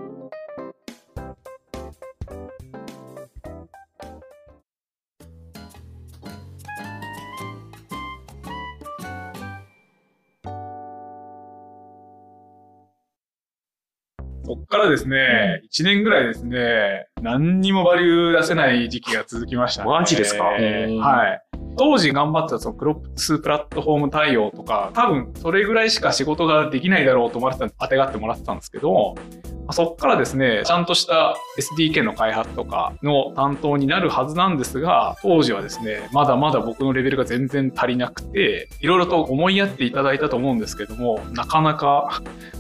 そっからですね、1年ぐらいですね、何にもバリュー出せない時期が続きましたね。 マジですか？ はい。当時頑張ってたそのクロスプラットフォーム対応とか、多分それぐらいしか仕事ができないだろうと思われてた、当てがってもらってたんですけど、そっからですね、ちゃんとした SDK の開発とかの担当になるはずなんですが、当時はですね、まだまだ僕のレベルが全然足りなくて、いろいろと思いやっていただいたと思うんですけども、なかなか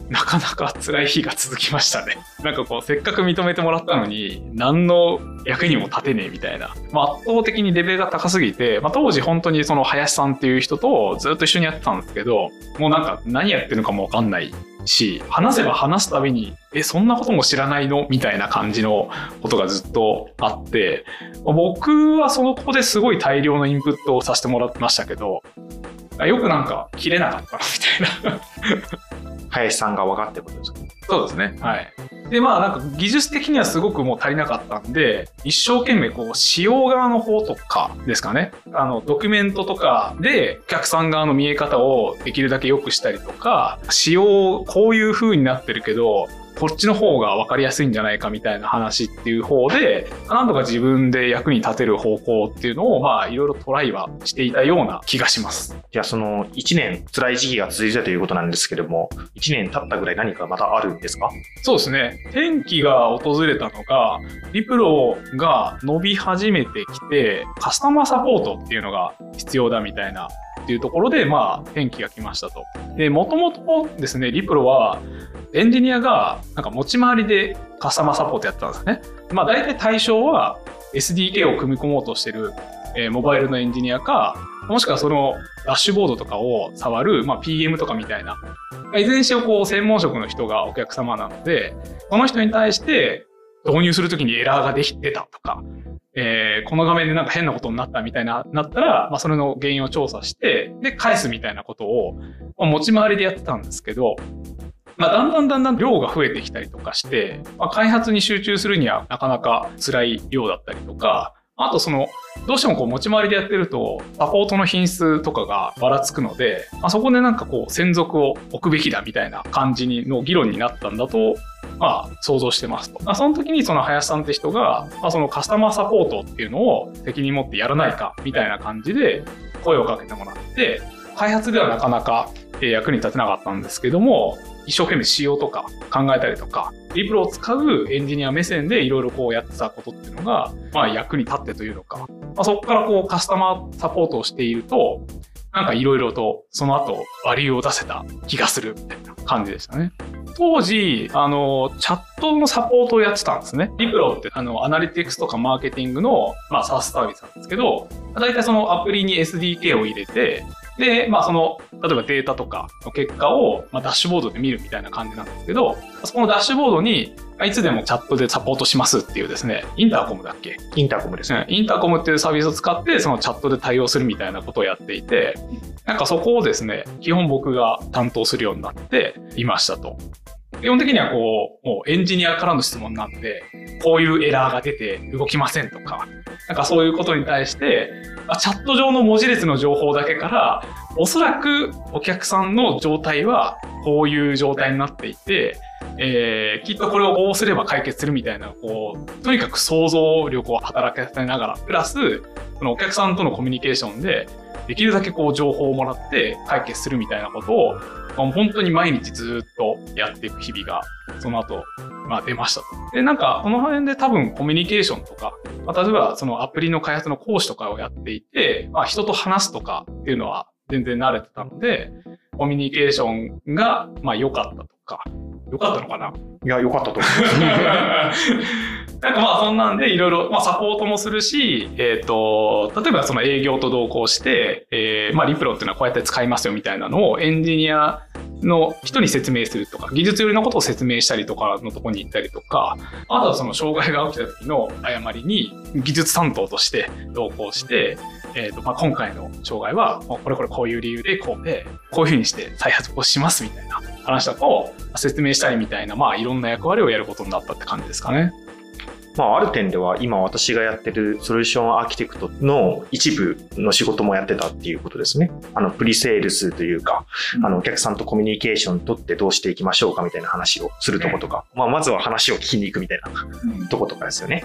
なかなか辛い日が続きましたね。なんかこう、せっかく認めてもらったのに、何の役にも立てねえみたいな。圧倒的にレベルが高すぎて、当時本当にその林さんっていう人とずっと一緒にやってたんですけど、もうなんか何やってるのかもわかんないし、話せば話すたびに、そんなことも知らないのみたいな感じのことがずっとあって、僕はそのここですごい大量のインプットをさせてもらってましたけど、よくなんか切れなかったなみたいな。 林さんが分かってことですか？ そうですね。はい。で、なんか技術的にはすごくもう足りなかったんで、一生懸命こう、使用側の方とかですかね。ドキュメントとかでお客さん側の見え方をできるだけ良くしたりとか、仕様こういう風になってるけど、こっちの方が分かりやすいんじゃないかみたいな話っていう方で、なんとか自分で役に立てる方向っていうのを、いろいろトライはしていたような気がします。 じゃあその1年辛い時期が続いたということなんですけども、1年経ったぐらい何かまたあるんですか？ そうですね。転機が訪れたのが、リプロが伸び始めてきて、カスタマーサポートっていうのが必要だみたいなっていうところで、転機が来ましたと。で、もともとですね、リプロはエンジニアがなんか持ち回りでカスタマーサポートやってたんですね。大体対象は SDK を組み込もうとしてる、モバイルのエンジニアか、もしくはそのダッシュボードとかを触る、PM とかみたいな、いずれにしろこう専門職の人がお客様なので、この人に対して導入するときにエラーが出たとか、この画面でなんか変なことになったみたいなったら、それの原因を調査して、で、返すみたいなことを持ち回りでやってたんですけど、だんだん量が増えてきたりとかして、開発に集中するにはなかなか辛い量だったりとか、あとどうしてもこう持ち回りでやってると、サポートの品質とかがばらつくので、そこでなんかこう専属を置くべきだみたいな感じの議論になったんだと、想像してますと。その時にその林さんって人が、そのカスタマーサポートっていうのを責任持ってやらないかみたいな感じで声をかけてもらって、開発ではなかなか役に立てなかったんですけども、一生懸命仕様とか考えたりとか、リプロを使うエンジニア目線でいろいろこうやってたことっていうのが、役に立ってというのか、そこからこうカスタマーサポートをしていると、なんかいろいろとその後バリューを出せた気がするみたいな感じでしたね。当時、チャットのサポートをやってたんですね。リプロってアナリティクスとかマーケティングの、SaaS サービスなんですけど、だいたいそのアプリに SDK を入れて、で、例えばデータとかの結果を、ダッシュボードで見るみたいな感じなんですけど、そこのダッシュボードに、いつでもチャットでサポートしますっていうですね、インターコムだっけ？ インターコムですね。 インターコムっていうサービスを使って、そのチャットで対応するみたいなことをやっていて、なんかそこをですね、基本僕が担当するようになっていましたと。基本的にはこう、もうエンジニアからの質問なんで、こういうエラーが出て動きませんとか、なんかそういうことに対して、チャット上の文字列の情報だけから、おそらくお客さんの状態はこういう状態になっていて、きっとこれをこうすれば解決するみたいな、こう、とにかく想像力を働かせながら、プラス、そのお客さんとのコミュニケーションで、できるだけこう情報をもらって解決するみたいなことを、本当に毎日ずっとやっていく日々が、その後、出ましたと。で、なんか、この辺で多分コミュニケーションとか、例えばそのアプリの開発の講師とかをやっていて、人と話すとかっていうのは全然慣れてたので、コミュニケーションが、良かったとか、良かったのかな？ いや、良かったと思います。 なんかそんなんでいろいろサポートもするし、例えばその営業と同行して、リプロっていうのはこうやって使いますよみたいなのをエンジニアの人に説明するとか、技術寄りのことを説明したりとかのところに行ったりとか、あとはその障害が起きた時の誤りに技術担当として同行して、今回の障害はこういう理由でこういうふうにして再発をしますみたいな話とかを説明したりみたいな、いろんな役割をやることになったって感じですかね。 ある点では今私がやってるソリューションアーキテクトの一部の仕事もやってたっていうことですね。プリセールスというか、お客さんとコミュニケーション取ってどうしていきましょうかみたいな話をするとことか、まずは話を聞きに行くみたいなとことかですよね。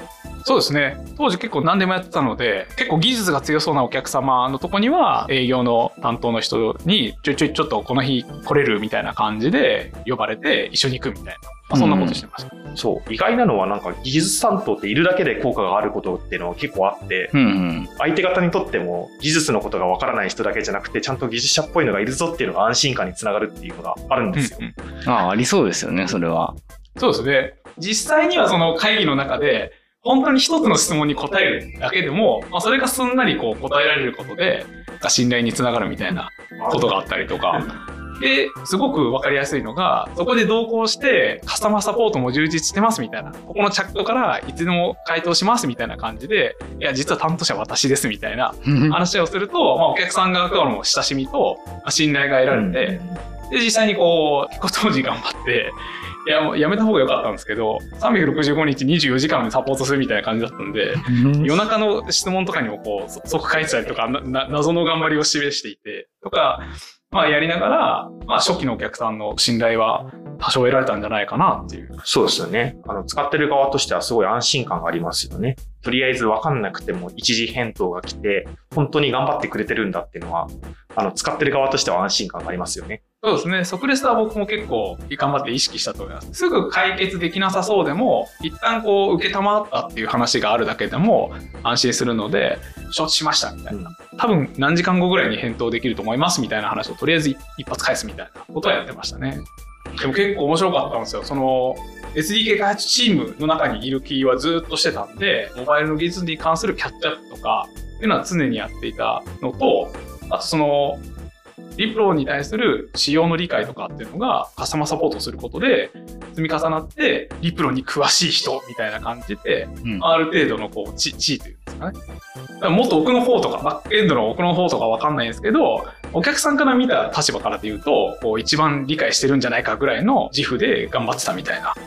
そうですね。当時結構何でもやってたので、結構技術が強そうなお客様のとこには営業の担当の人にちょっとこの日来れるみたいな感じで呼ばれて一緒に行くみたいな、そんなことしてました。 そう意外なのはなんか技術担当っているだけで効果があることっていうのは結構あって、相手方にとっても技術のことがわからない人だけじゃなくてちゃんと技術者っぽいのがいるぞっていうのが安心感につながるっていうのがあるんですよ。 ありそうですよね、それは。 そうですね。実際にはその会議の中で本当に一つの質問に答えるだけでも、それがすんなりこう答えられることで信頼につながるみたいなことがあったりとか。ですごく分かりやすいのが、そこで同行してカスタマーサポートも充実してますみたいな、ここのチャットからいつでも回答しますみたいな感じで、いや実は担当者私ですみたいな話をすると、お客さん側からも親しみと信頼が得られて、で実際にこう結構当時頑張って、いやもうやめた方が良かったんですけど、365日24時間でサポートするみたいな感じだったんで、夜中の質問とかにもこう即返したりとか、謎の頑張りを示していてとか、やりながら、初期のお客さんの信頼は多少得られたんじゃないかなっていう。 そうですよね。使ってる側としてはすごい安心感がありますよね。とりあえず分かんなくても一時返答が来て、本当に頑張ってくれてるんだっていうのは、使ってる側としては安心感がありますよね。 そうですね。即レスは僕も結構頑張って意識したと思います。すぐ解決できなさそうでも、一旦こう受けたまったっていう話があるだけでも安心するので、承知しましたみたいな。多分何時間後ぐらいに返答できると思いますみたいな話をとりあえず一発返すみたいなことはやってましたね。でも結構面白かったんですよ。その SDK 開発チームの中にいる気はずっとしてたんで、モバイルの技術に関するキャッチアップとかっていうのは常にやっていたのと、あとそのリプロに対する仕様の理解とかっていうのがカスタマーサポートをすることで積み重なって、リプロに詳しい人みたいな感じで、ある程度のこう地位というんですかね。だからもっと奥の方とかバックエンドの奥の方とかわかんないんですけど、お客さんから見た立場からで言うとこう一番理解してるんじゃないかぐらいの自負で頑張ってたみたいな。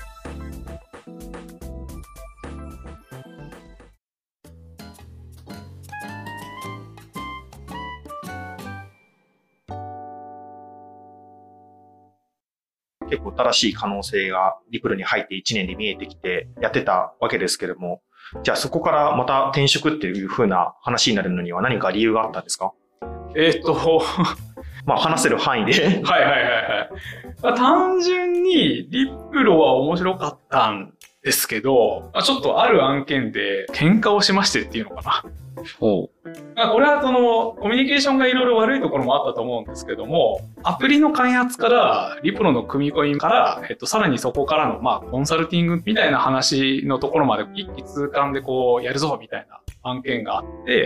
結構新しい可能性がリプルに入って1年で見えてきてやってたわけですけれども、じゃあそこからまた転職っていう風な話になるのには何か理由があったんですか？話せる範囲で単純にリプロは面白かったんですけど、ちょっとある案件で喧嘩をしましてっていうのかな。これはそのコミュニケーションがいろいろ悪いところもあったと思うんですけども、アプリの開発からリプロの組み込みから、さらにそこからのコンサルティングみたいな話のところまで一気通貫でこうやるぞみたいな案件があって、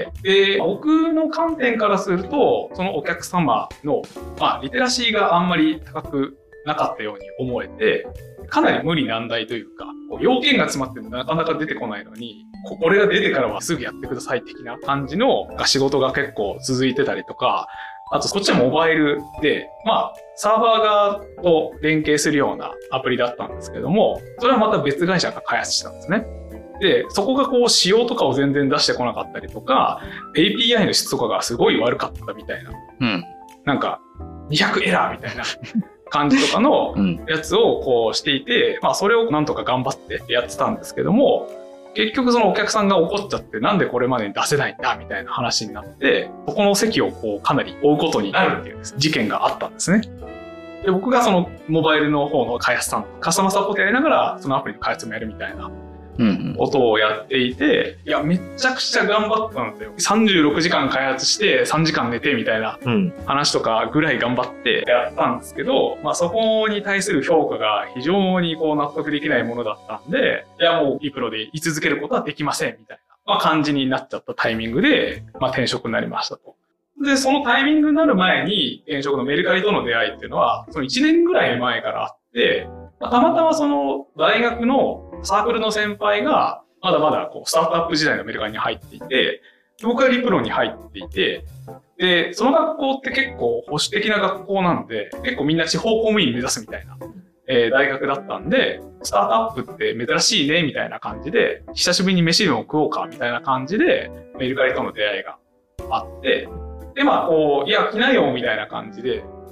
で僕の観点からするとそのお客様の、リテラシーがあんまり高くなかったように思えて、かなり無理難題というか、要件が詰まってもなかなか出てこないのに、これが出てからはすぐやってください的な感じの仕事が結構続いてたりとか、あとこっちはモバイルで、サーバー側と連携するようなアプリだったんですけども、それはまた別会社が開発したんですね。で、そこがこう仕様とかを全然出してこなかったりとか、API の質とかがすごい悪かったみたいな。なんか200エラーみたいな感じとかのやつをこうしていて、それをなんとか頑張ってやってたんですけども、結局そのお客さんが怒っちゃって、なんでこれまでに出せないんだみたいな話になって、そこの席をこうかなり追うことになるっていう事件があったんですね。で、僕がそのモバイルの方の開発さん、カスタマーサポートやりながらそのアプリの開発もやるみたいなことをやっていて、いやめちゃくちゃ頑張ったんですよ。36時間開発して3時間寝てみたいな話とかぐらい頑張ってやったんですけど、そこに対する評価が非常にこう納得できないものだったんで、いやもうリプロで居続けることはできませんみたいな、感じになっちゃったタイミングで、転職になりましたと。で、そのタイミングになる前に転職のメルカリとの出会いっていうのはその1年ぐらい前からあって、たまたまその大学のサークルの先輩がまだまだこうスタートアップ時代のメルカリに入っていて、僕はリプロに入っていて、でその学校って結構保守的な学校なんで、結構みんな地方公務員目指すみたいな、大学だったんで、スタートアップって珍しいねみたいな感じで、久しぶりに飯でも食おうかみたいな感じでメルカリとの出会いがあって、でこういや来なよみたいな感じで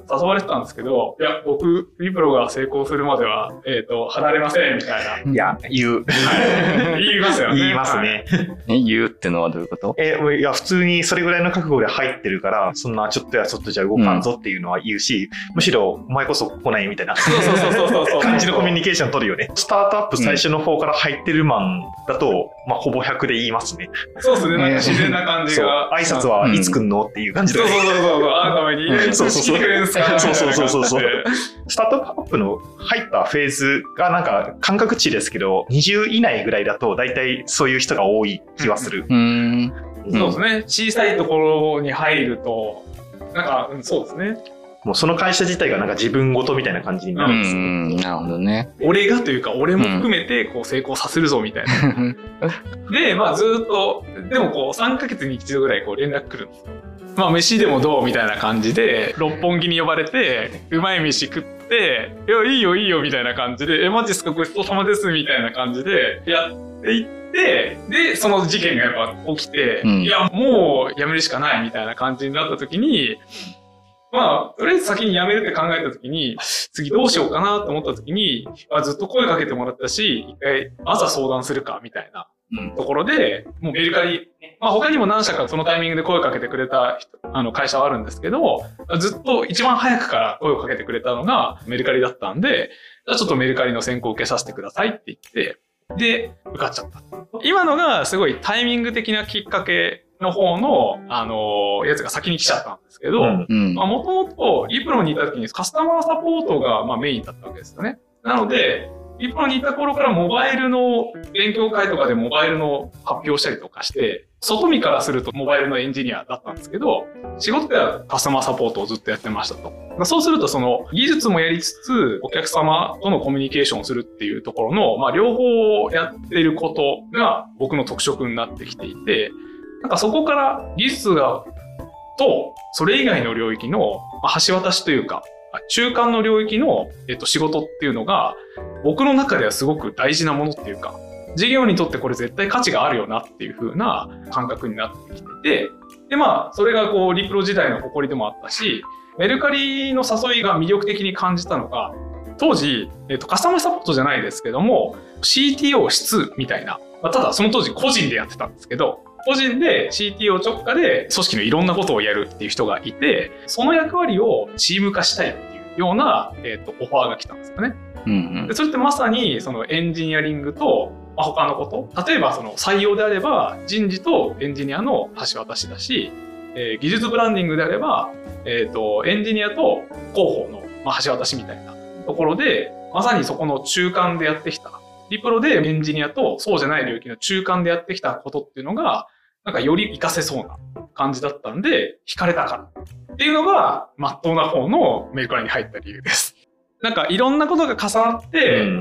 誘われてたんですけど、いや、僕、リプロが成功するまでは、離れません、みたいな。 いや、言う。 言いますよね。 言いますね。 言うってのはどういうこと？ いや、普通にそれぐらいの覚悟で入ってるから、そんなちょっとやそっとじゃ動かんぞっていうのは言うし、むしろ、お前こそ来ないみたいな感じのコミュニケーション取るよね。スタートアップ最初の方から入ってるマンだと、まあ、ほぼ100で言いますね。 そうですね、なんか自然な感じが。 挨拶はいつ来んのっていう感じで。 そう、会うために、 そう。 来てくれるんすか？ そう。スタートアップの入ったフェーズがなんか感覚値ですけど、20以内ぐらいだと大体そういう人が多い気はする。 そうですね。小さいところに入ると、なんか、そうですね。 もうその会社自体がなんか自分ごとみたいな感じになるんですよ。 なるほどね。 俺がというか、俺も含めてこう成功させるぞみたいな。で、まあずっと、でもこう3ヶ月に1度ぐらいこう連絡来るんですよ。まあ飯でもどうみたいな感じで、六本木に呼ばれて、うまい飯食って、いや、いいよみたいな感じで、マジっすかごちそうさまですみたいな感じでやっていって、で、その事件がやっぱ起きて、いや、もうやめるしかないみたいな感じになった時に、まあ、とりあえず先に辞めるって考えたときに、次どうしようかなと思ったときに、ずっと声かけてもらったし、一回朝相談するかみたいなところで、もうメルカリ、まあ他にも何社かそのタイミングで声かけてくれた会社はあるんですけど、ずっと一番早くから声をかけてくれたのがメルカリだったんで、じゃあちょっとメルカリの選考を受けさせてくださいって言って、で、受かっちゃった。今のがすごいタイミング的なきっかけの方の、やつが先に来ちゃったんですけど、もともとリプロにいた時にカスタマーサポートがまあメインだったわけですよね。なので、リプロにいた頃からモバイルの勉強会とかでモバイルの発表したりとかして、外見からするとモバイルのエンジニアだったんですけど、仕事ではカスタマーサポートをずっとやってましたと。そうするとその技術もやりつつ、お客様とのコミュニケーションをするっていうところの、まあ両方やっていることが僕の特色になってきていて、なんかそこから技術がとそれ以外の領域の橋渡しというか中間の領域の仕事っていうのが僕の中ではすごく大事なものっていうか事業にとってこれ絶対価値があるよなっていう風な感覚になってきててでまあそれがこうリプロ時代の誇りでもあったしメルカリの誘いが魅力的に感じたのが当時、カスタマーサポートじゃないですけども CTO 室みたいな、ただその当時個人でやってたんですけど個人で CTO 直下で組織のいろんなことをやるっていう人がいてその役割をチーム化したいっていうような、オファーが来たんですよね。でそれってまさにそのエンジニアリングと、他のこと例えばその採用であれば人事とエンジニアの橋渡しだし、技術ブランディングであれば、エンジニアと広報の、橋渡しみたいなところでまさにそこの中間でやってきたリプロでエンジニアとそうじゃない領域の中間でやってきたことっていうのがなんかより活かせそうな感じだったんで惹かれたからっていうのが真っ当な方のメルカリに入った理由です。なんかいろんなことが重なって、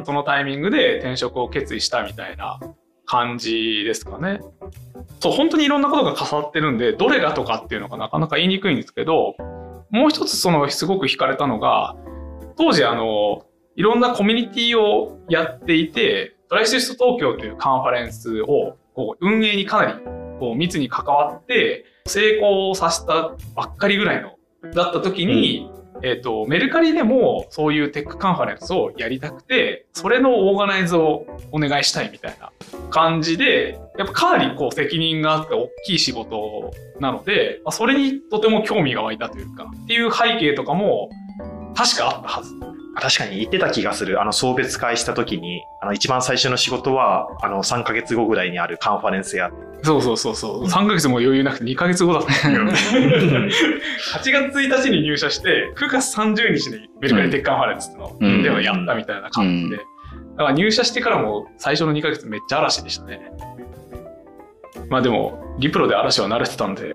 そのタイミングで転職を決意したみたいな感じですかね。そう本当にいろんなことが重なってるんでどれがとかっていうのがなかなか言いにくいんですけどもう一つそのすごく惹かれたのが当時いろんなコミュニティをやっていて、トライシスト東京というカンファレンスをこう運営にかなりこう密に関わって成功させたばっかりぐらいのだった時に、メルカリでもそういうテックカンファレンスをやりたくて、それのオーガナイズをお願いしたいみたいな感じで、やっぱかなりこう責任があって大きい仕事なので、それにとても興味が湧いたというか、っていう背景とかも確かあったはず。 確かに言ってた気がする。送別会した時に、一番最初の仕事は、3ヶ月後ぐらいにあるカンファレンスや。 そう。3ヶ月も余裕なくて2ヶ月後だったんだよね。8月1日に入社して、9月30日にメルカリテックカンファレンスのではやったみたいな感じで。だから入社してからも最初の2ヶ月めっちゃ嵐でしたね。まあでも、リプロで嵐は慣れてたんで、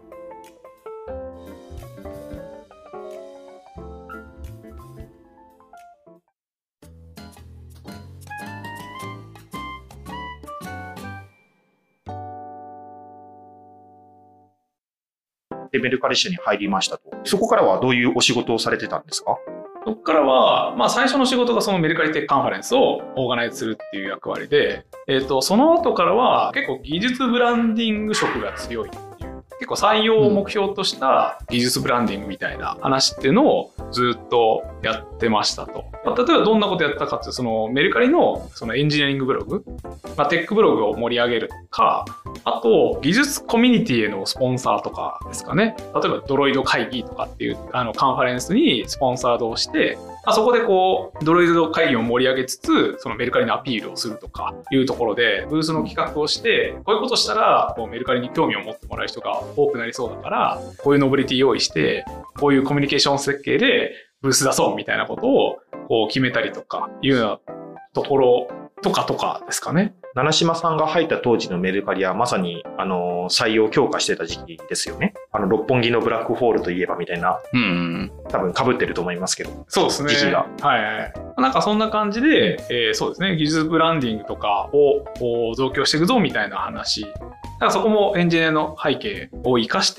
でメルカリ社に入りましたと。そこからはどういうお仕事をされてたんですか？ そこからは、最初の仕事がそのメルカリテックカンファレンスをオーガナイズするっていう役割で、その後からは結構技術ブランディング色が強いっていう結構採用を目標とした技術ブランディングみたいな話っていうのをずっとやってましたと。例えばどんなことやったかっていう、そのメルカリのそのエンジニアリングブログ、テックブログを盛り上げるとか、あと技術コミュニティへのスポンサーとかですかね。例えばドロイド会議とかっていうカンファレンスにスポンサードをして、そこでこうドロイド会議を盛り上げつつ、そのメルカリのアピールをするとかいうところでブースの企画をして、こういうことしたらこうメルカリに興味を持ってもらう人が多くなりそうだから、こういうノベリティ用意して、こういうコミュニケーション設計でブース出そうみたいなことをこう決めたりとかいうようなところとかですかね。 七島さんが入った当時のメルカリはまさに採用強化してた時期ですよね。六本木のブラックホールといえばみたいな、多分被ってると思いますけど。 そうですね。時期が。なんかそんな感じで、そうですね。技術ブランディングとかを増強していくぞみたいな話。だからそこもエンジニアの背景を生かして、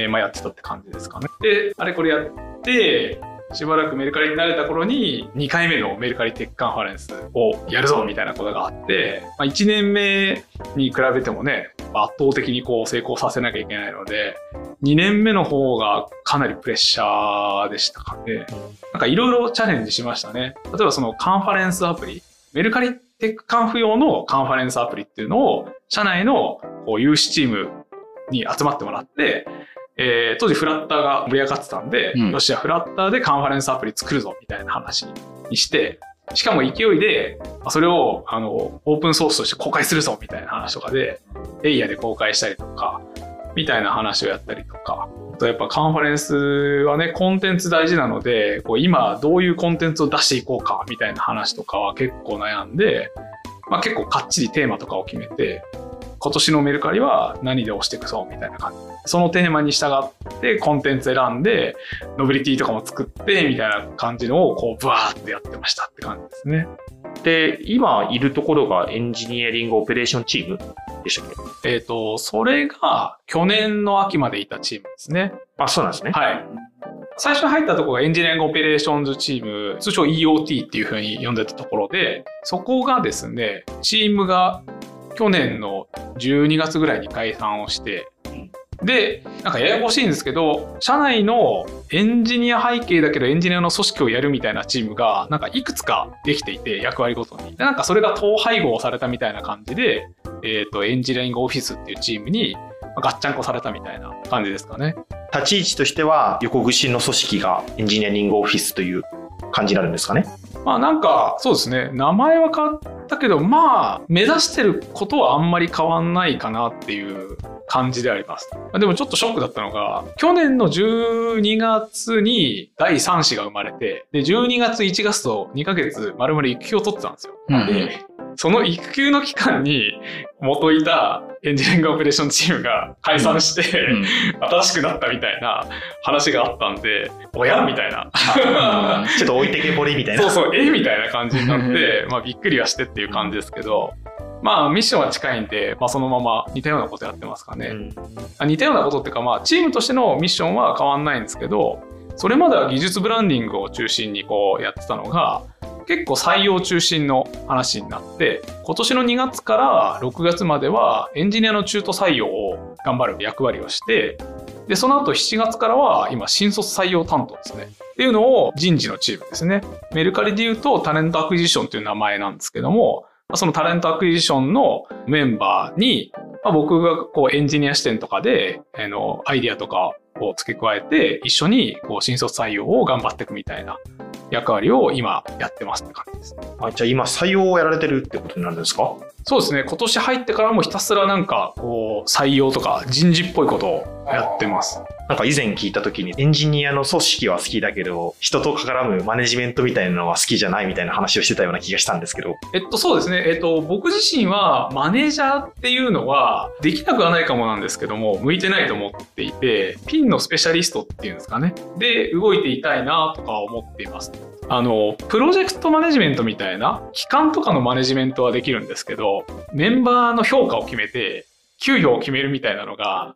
やってたって感じですかね。で、あれこれやって、しばらくメルカリに慣れた頃に2回目のメルカリテックカンファレンスをやるぞみたいなことがあって、1年目に比べてもね、圧倒的にこう成功させなきゃいけないので、2年目の方がかなりプレッシャーでしたかね。なんかいろいろチャレンジしましたね。例えばそのカンファレンスアプリ、メルカリテックカンフ用のカンファレンスアプリっていうのを社内のこう有志チームに集まってもらって、当時フラッターが盛り上がってたんで、よし、フラッターでカンファレンスアプリ作るぞみたいな話にして、しかも勢いでそれをオープンソースとして公開するぞみたいな話とかでエイヤで公開したりとかみたいな話をやったりとか、あとやっぱカンファレンスはね、コンテンツ大事なので、こう今どういうコンテンツを出していこうかみたいな話とかは結構悩んで、結構かっちりテーマとかを決めて、今年のメルカリは何で押していくぞみたいな感じ。そのテーマに従ってコンテンツ選んで、ノベリティとかも作ってみたいな感じのをこうブワーってやってましたって感じですね。 で、今いるところがエンジニアリングオペレーションチームでしたっけ？ それが去年の秋までいたチームですね。 そうなんですね。 はい。最初入ったところがエンジニアリングオペレーションズチーム、通称 EOT っていう風に呼んでたところで、そこがですね、チームが去年の12月ぐらいに解散をして、で、なんかややこしいんですけど、社内のエンジニア背景だけどエンジニアの組織をやるみたいなチームがなんかいくつかできていて、役割ごとに。で、なんかそれが統廃合されたみたいな感じで、エンジニアリングオフィスっていうチームにガッチャンコされたみたいな感じですかね。 立ち位置としては横串の組織がエンジニアリングオフィスという感じになるんですかね。 なんかそうですね、名前は変わったけど、目指してることはあんまり変わんないかなっていう感じであります。でもちょっとショックだったのが、去年の12月に第3子が生まれて、で12月1月と2ヶ月丸々育休を取ってたんですよ。でその育休の期間に元いたエンジニアリングオペレーションチームが解散して、新しくなったみたいな話があったんで、おやみたいな。 ちょっと置いてけぼりみたいな。 そう、みたいな感じになって、びっくりはしてっていう感じですけど、ミッションは近いんで、そのまま似たようなことやってますかね。似たようなことっていうか、チームとしてのミッションは変わんないんですけど、それまでは技術ブランディングを中心にこうやってたのが、結構採用中心の話になって、今年の2月から6月まではエンジニアの中途採用を頑張る役割をして、で、その後7月からは今新卒採用担当ですね。っていうのを人事のチームですね。メルカリで言うとタレントアクジションという名前なんですけども、そのタレントアクジションのメンバーに、僕がこうエンジニア視点とかで、アイディアとかを付け加えて、一緒にこう新卒採用を頑張っていくみたいな役割を今やってますって感じです。 じゃあ今採用をやられてるってことになるんですか？ そうですね。今年入ってからもひたすらなんかこう採用とか人事っぽいことをやってます。 なんか以前聞いた時にエンジニアの組織は好きだけど人と絡むマネジメントみたいなのは好きじゃないみたいな話をしてたような気がしたんですけど。 そうですね。僕自身はマネージャーっていうのはできなくはないかもなんですけども、向いてないと思っていて、ピンのスペシャリストっていうんですかね。で動いていたいなとか思っています。プロジェクトマネジメントみたいな期間とかのマネジメントはできるんですけど、メンバーの評価を決めて給与を決めるみたいなのが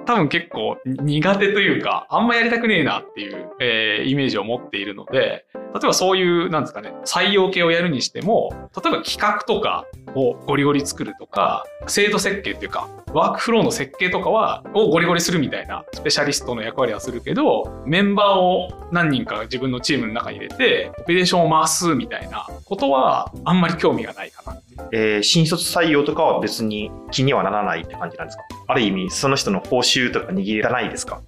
多分結構苦手というか、あんまやりたくねえなっていう、イメージを持っているので、例えばそういう、なんですかね、採用系をやるにしても、例えば企画とかをゴリゴリ作るとか、制度設計っていうか、ワークフローの設計とかをゴリゴリするみたいなスペシャリストの役割はするけど、メンバーを何人か自分のチームの中に入れて、オペレーションを回すみたいなことは、あんまり興味がないかなっていう。 新卒採用とかは別に気にはならないって感じなんですか？ある意味、その人の報酬とか握らないですか？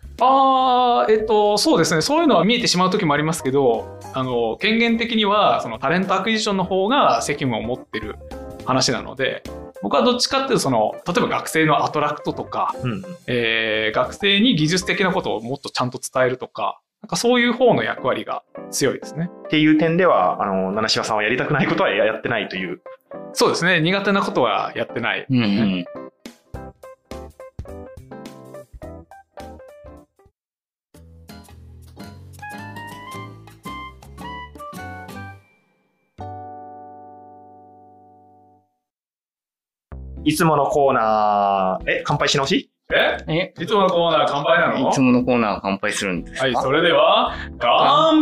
そうですね。そういうのは見えてしまう時もありますけど、権限的には、そのタレントアクイジションの方が責務を持ってる話なので、僕はどっちかっていうと、例えば学生のアトラクトとか、学生に技術的なことをもっとちゃんと伝えるとか、なんかそういう方の役割が強いですね。 っていう点では、七島さんはやりたくないことはやってないという。 そうですね。苦手なことはやってない。 いつものコーナー、乾杯し直し？ いつものコーナー乾杯なの？ いつものコーナーは乾杯するんですか？ はい、それでは、乾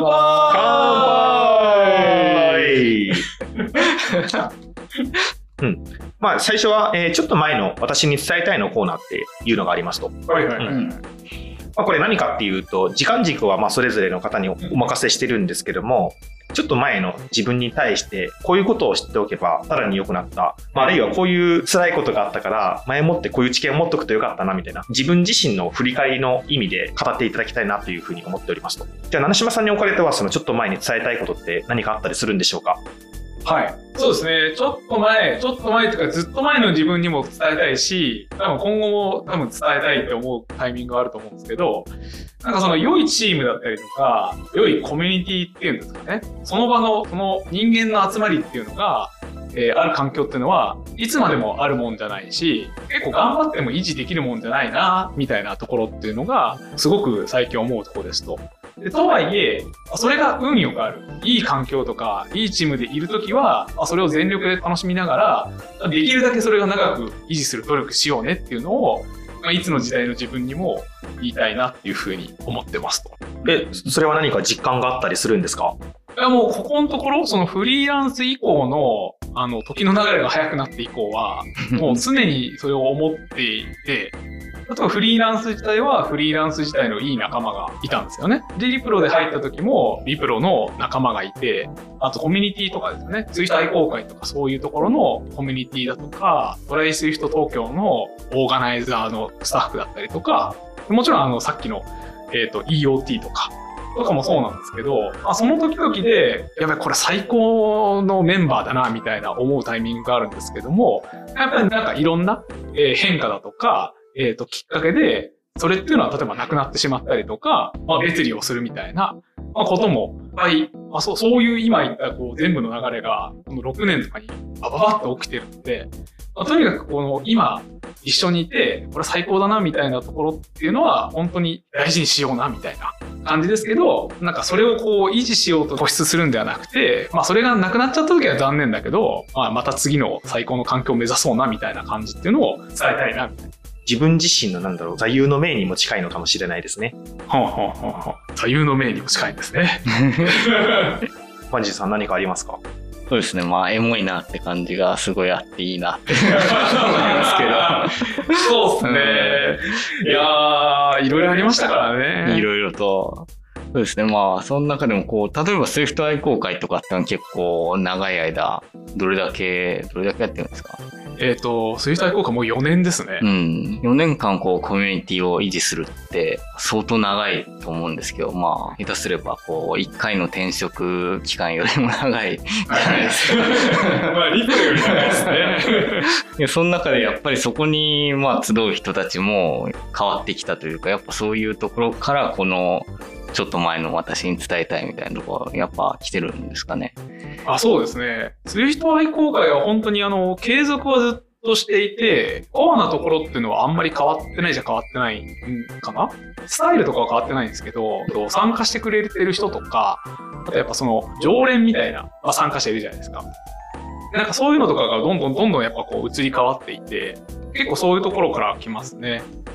杯！ まあ、最初は、ちょっと前の私に伝えたいのコーナーっていうのがありますと。これ何かっていうと、時間軸はまあそれぞれの方にお任せしてるんですけども、ちょっと前の自分に対してこういうことを知っておけばさらに良くなった、あるいはこういう辛いことがあったから前もってこういう知見を持っておくとよかったなみたいな、自分自身の振り返りの意味で語っていただきたいなというふうに思っておりますと。じゃあ七島さんにおかれては、そのちょっと前に伝えたいことって何かあったりするんでしょうか？ はい。そうですね。ちょっと前というかずっと前の自分にも伝えたいし、多分今後も伝えたいって思うタイミングがあると思うんですけど、なんかその良いチームだったりとか、良いコミュニティっていうんですかね。その場のその人間の集まりっていうのが、ある環境っていうのはいつまでもあるもんじゃないし、結構頑張っても維持できるもんじゃないな、みたいなところっていうのが、すごく最近思うところですと。とはいえ、それが運よくある。いい環境とか、いいチームでいるときは、それを全力で楽しみながら、できるだけそれが長く維持する努力しようねっていうのを、いつの時代の自分にも言いたいなっていうふうに思ってますと。 それは何か実感があったりするんですか？ いやもうここのところ、そのフリーランス以降の、時の流れが早くなって以降は、もう常にそれを思っていて、例えばフリーランス自体はフリーランス自体のいい仲間がいたんですよね。で、リプロで入った時もリプロの仲間がいて、あとコミュニティとかですね、ツイッター愛好会とかそういうところのコミュニティだとか、トライスイフト東京のオーガナイザーのスタッフだったりとか、もちろんさっきの、EOT とかもそうなんですけど、その時々で、やっぱりこれ最高のメンバーだな、みたいな思うタイミングがあるんですけども、やっぱりなんかいろんな変化だとか、きっかけで、それっていうのは例えばなくなってしまったりとか、別離をするみたいな、ことも、そういう今言った全部の流れが、この6年とかにバババッと起きてるので、とにかくこの今一緒にいて、これ最高だなみたいなところっていうのは本当に大事にしようなみたいな感じですけど、なんかそれを維持しようと固執するんではなくて、それがなくなっちゃった時は残念だけど、また次の最高の環境を目指そうなみたいな感じっていうのを伝えたいなみたいな。 自分自身の座右の銘にも近いのかもしれないですね。 座右の銘にも近いんですね。 バンジーさん何かありますか？ そうですね。エモいなって感じがすごいあっていいなって思いますけど。 そうですね。いやー、いろいろありましたからね。 いろいろと。そうですね。その中でも例えばスイフト愛好会とかってのは結構長い間、どれだけやってるんですか？ スイフト愛好会もう4年ですね。 4年間コミュニティを維持するって相当長いと思うんですけど、下手すれば1回の転職期間よりも長いじゃないですか。 リプロより長いですね。 その中でやっぱりそこに集う人たちも変わってきたというか、やっぱそういうところからちょっと前の私に伝えたいみたいなところやっぱ来てるんですかね。 そうですね。スイフト愛好会は本当に継続はずっとしていて、コアなところっていうのはあんまり変わってないじゃ変わってないかな。スタイルとかは変わってないんですけど、参加してくれてる人とか、あとやっぱその常連みたいな、参加者いるじゃないですか。なんかそういうのとかがどんどんやっぱ移り変わっていて、結構そういうところから来ますね。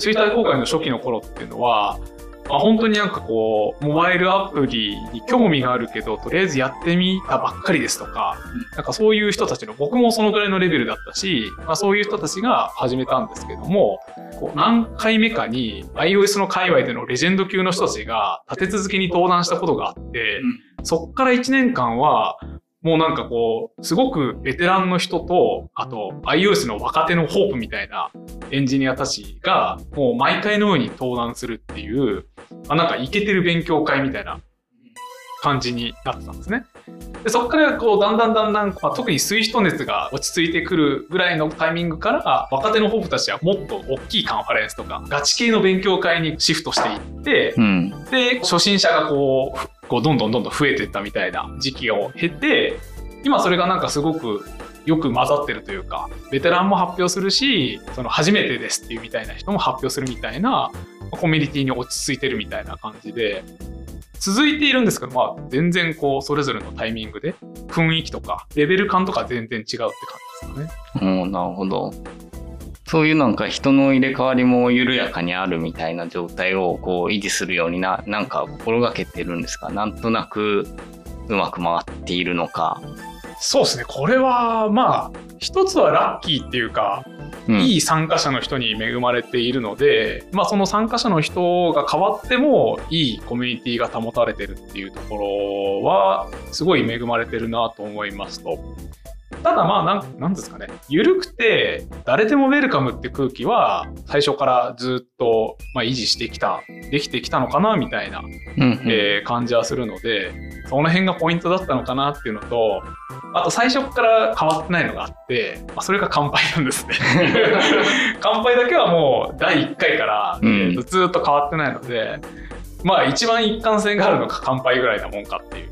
衰退公開の初期の頃っていうのは、本当になんかこうモバイルアプリに興味があるけどとりあえずやってみたばっかりですとか、なんかそういう人たちの、僕もそのぐらいのレベルだったし、そういう人たちが始めたんですけども、こう何回目かに iOS の界隈でのレジェンド級の人たちが立て続けに登壇したことがあって、そっから1年間はもうなんかこうすごくベテランの人と、あと iOS の若手のホープみたいなエンジニアたちがもう毎回のように登壇するっていう、なんかイケてる勉強会みたいな感じになってたんですね。でそこからこうだんだん、特にスイフト熱が落ち着いてくるぐらいのタイミングから若手のホープたちはもっと大きいカンファレンスとかガチ系の勉強会にシフトしていって、で初心者がこうどんどん増えていったみたいな時期を経て、今それがなんかすごくよく混ざってるというか、ベテランも発表するし、その初めてですっていうみたいな人も発表するみたいなコミュニティに落ち着いてるみたいな感じで続いているんですけど、全然こうそれぞれのタイミングで雰囲気とかレベル感とか全然違うって感じですかね。 なるほど。そういうなんか人の入れ替わりも緩やかにあるみたいな状態をこう維持するようになんか心がけてるんですか？なんとなくうまく回っているのか。 そうですね。これは一つはラッキーっていうか、いい参加者の人に恵まれているので、その参加者の人が変わってもいいコミュニティが保たれてるっていうところはすごい恵まれてるなと思いますと。ただなんですかね、緩くて誰でもウェルカムって空気は最初からずっと維持してきた、できてきたのかなみたいな感じはするので、その辺がポイントだったのかなっていうのと、あと最初から変わってないのがあって、それが乾杯なんですね。乾杯だけはもう第1回からずっと変わってないので、一番一貫性があるのが乾杯ぐらいなもんかっていう。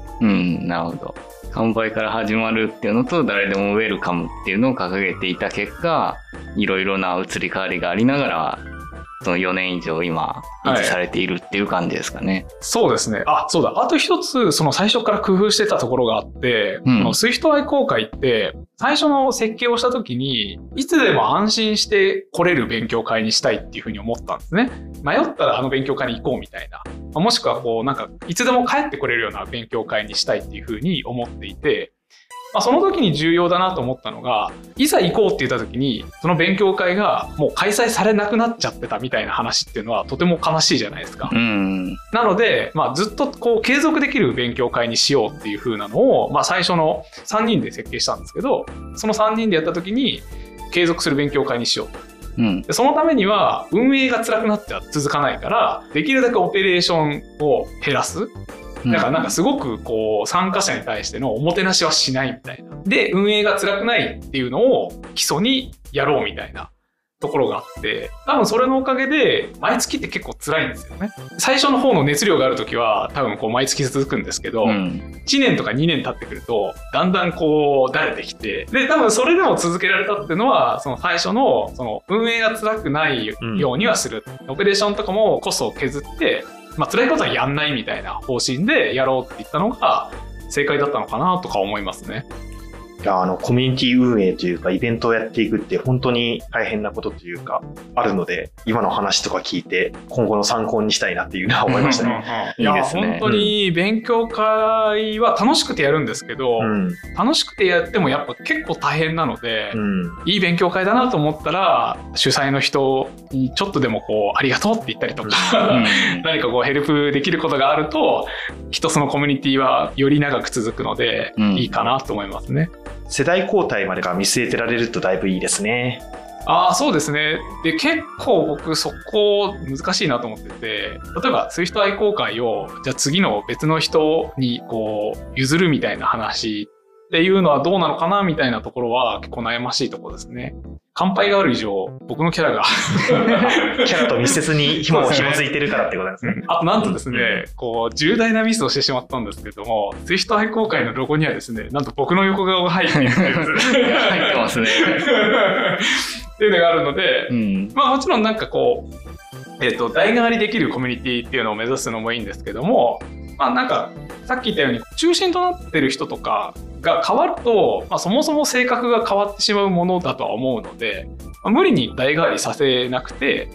なるほど。乾杯から始まるっていうのと誰でもウェルカムっていうのを掲げていた結果、いろいろな移り変わりがありながらその4年以上今維持されているっていう感じですかね。 そうですね。そうだ。あと一つその最初から工夫してたところがあって、SWIFT愛好会って最初の設計をした時にいつでも安心して来れる勉強会にしたいっていうふうに思ったんですね。迷ったら勉強会に行こうみたいな、もしくはこうなんかいつでも帰ってこれるような勉強会にしたいっていうふうに思っていて、その時に重要だなと思ったのが、いざ行こうって言った時にその勉強会がもう開催されなくなっちゃってたみたいな話っていうのはとても悲しいじゃないですか。なので、ずっとこう継続できる勉強会にしようっていう風なのを、最初の3人で設計したんですけど、その3人でやった時に継続する勉強会にしよう。でそのためには運営が辛くなっては続かないから、できるだけオペレーションを減らす。だからなんかすごくこう参加者に対してのおもてなしはしないみたいな。で、運営が辛くないっていうのを基礎にやろうみたいなところがあって、多分それのおかげで毎月って結構辛いんですよね。最初の方の熱量がある時は多分こう毎月続くんですけど、1年とか2年経ってくるとだんだんこうだれてきて、で多分それでも続けられたっていうのはその最初のその運営が辛くないようにはする、オペレーションとかもコストを削って辛いことはやんないみたいな方針でやろうって言ったのが正解だったのかなとか思いますね。 いや、コミュニティ運営というかイベントをやっていくって本当に大変なことというかあるので、今の話とか聞いて今後の参考にしたいなっていうのは思いましたね。 いや、本当に勉強会は楽しくてやるんですけど、楽しくてやってもやっぱ結構大変なので、いい勉強会だなと思ったら主催の人にちょっとでもこうありがとうって言ったりとか、何かこうヘルプできることがあると一つのコミュニティはより長く続くのでいいかなと思いますね。 世代交代までが見据えてられるとだいぶいいですね。 そうですね。で、結構僕そこ難しいなと思ってて、例えばSWIFT愛好会をじゃあ次の別の人にこう譲るみたいな話っていうのはどうなのかなみたいなところは結構悩ましいところですね。乾杯がある以上僕のキャラがキャラと密接に紐づいてるからってことなんですね。 あとなんとですね、こう重大なミスをしてしまったんですけども、SWIFT愛好会のロゴにはですね、なんと僕の横顔が入っているっていう入ってますねっていうのがあるので、もちろんなんかこう、代替わりできるコミュニティっていうのを目指すのもいいんですけども、なんかさっき言ったように中心となってる人とかが変わると、そもそも性格が変わってしまうものだとは思うので、無理に代替わりさせなくて、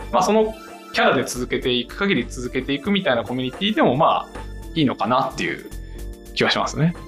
まあそのキャラで続けていく限り続けていくみたいなコミュニティでもまあいいのかなっていう気はしますね。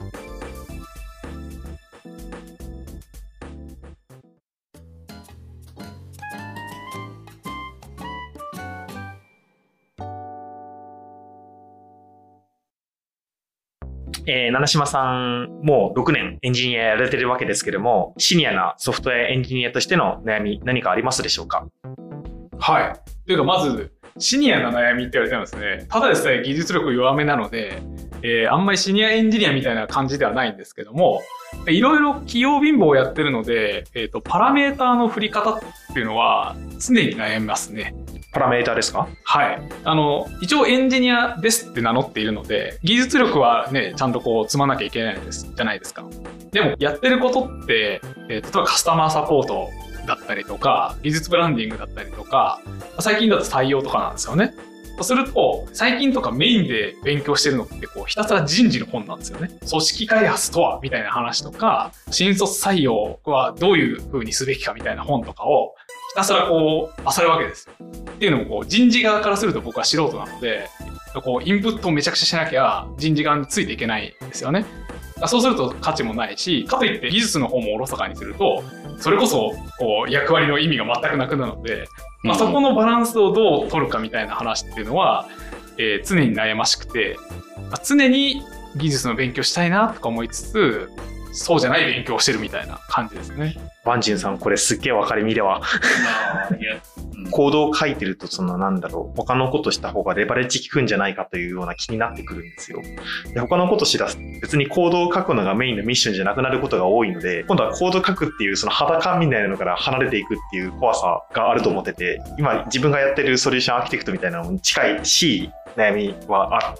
七島さんもう6年エンジニアやられてるわけですけども、シニアなソフトウェアエンジニアとしての悩み何かありますでしょうか？ はい。というかまずシニアな悩みって言われてますね。ただでさえ技術力弱めなので、あんまりシニアエンジニアみたいな感じではないんですけども、いろいろ企業貧乏をやってるので、パラメーターの振り方っていうのは常に悩みますね。 パラメーターですか？ はい。一応エンジニアですって名乗っているので、技術力はね、ちゃんとこう積まなきゃいけないじゃないですか。でもやってることって、例えばカスタマーサポートだったりとか、技術ブランディングだったりとか、最近だと採用とかなんですよね。そうすると、最近とかメインで勉強してるのってこうひたすら人事の本なんですよね。組織開発とはみたいな話とか、新卒採用はどういう風にすべきかみたいな本とかをひたすらこう漁るわけですよ。っていうのもこう人事側からすると僕は素人なので、こうインプットをめちゃくちゃしなきゃ人事側についていけないんですよね。そうすると価値もないし、かといって技術の方もおろそかにすると、それこそこう役割の意味が全くなくなるので、そこのバランスをどう取るかみたいな話っていうのは、常に悩ましくて、常に技術の勉強したいなとか思いつつ、そうじゃない勉強をしてるみたいな感じですね。 ワンジンさん、これすっげえ分かりみでは。コードを書いてると、他のことした方がレバレッジ効くんじゃないかというような気になってくるんですよ。で、他のことしだす別にコードを書くのがメインのミッションじゃなくなることが多いので、今度はコード書くっていうその肌感みたいなのから離れていくっていう怖さがあると思ってて、今自分がやってるソリューションアーキテクトみたいなのに近いし、悩みはあって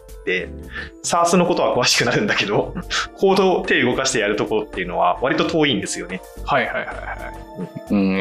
、SaaS のことは詳しくなるんだけど、コードを手を動かしてやるところっていうのは割と遠いんですよね。 はいはいはいはい。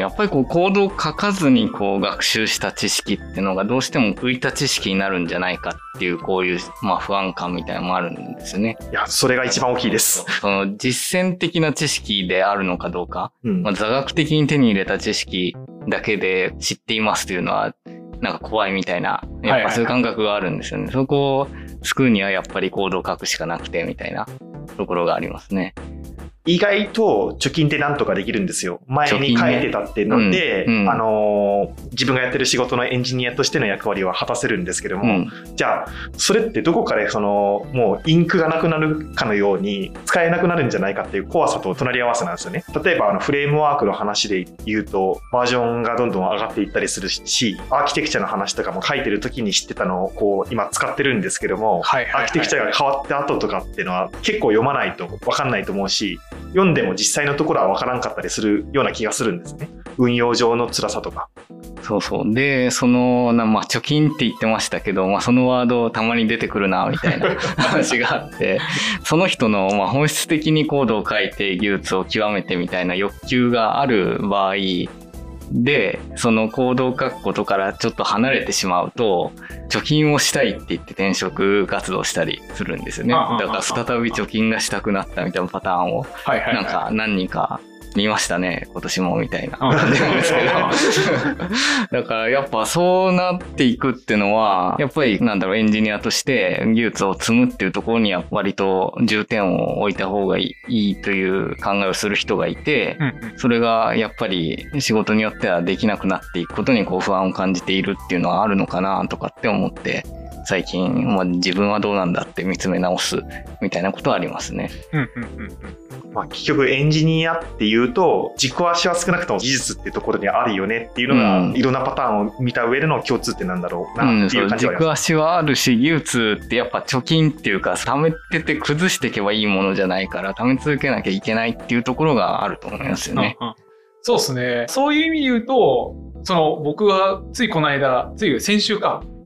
やっぱりこうコードを書かずにこう学習した知識っていうのがどうしても浮いた知識になるんじゃないかっていうこういう不安感みたいなのもあるんですよね。 いや、それが一番大きいです。 その実践的な知識であるのかどうか、座学的に手に入れた知識だけで知っていますというのはなんか怖いみたいな、やっぱそういう感覚があるんですよね。そこを救うにはやっぱりコードを書くしかなくてみたいなところがありますね。 意外と貯金ってなんとかできるんですよ。前に書いてたっていうので、自分がやってる仕事のエンジニアとしての役割は果たせるんですけども、じゃあそれってどこかでもうインクがなくなるかのように使えなくなるんじゃないかっていう怖さと隣り合わせなんですよね。例えばフレームワークの話で言うとバージョンがどんどん上がっていったりするし、アーキテクチャの話とかも書いてる時に知ってたのをこう今使ってるんですけども、アーキテクチャが変わった後とかっていうのは結構読まないと分かんないと思うし、読んでも実際のところは分からんかったりするような気がするんですね。運用上の辛さとか。 そうそう。で、貯金って言ってましたけど、そのワードたまに出てくるな、みたいな話があって、その人の本質的にコードを書いて技術を極めてみたいな欲求がある場合で、そのコードを書くことからちょっと離れてしまうと、貯金をしたいって言って転職活動したりするんですよね。だから再び貯金がしたくなったみたいなパターンを、なんか何人か見ましたね、今年もみたいな感じなんですけど。だからやっぱそうなっていくっていうのは、やっぱりエンジニアとして技術を積むっていうところには割と重点を置いた方がいいという考えをする人がいて、それがやっぱり仕事によってはできなくなっていくことにこう不安を感じているっていうのはあるのかなとかって思って、最近、自分はどうなんだって見つめ直すみたいなことはありますね。 結局エンジニアっていうと軸足は少なくとも技術っていうところにあるよねっていうのが、いろんなパターンを見た上での共通点なんだろうなっていう感じはあります。 軸足はあるし、技術ってやっぱ貯金っていうか貯めてて崩していけばいいものじゃないから貯め続けなきゃいけないっていうところがあると思いますよね。 そうですね。そういう意味で言うと、僕はつい先週か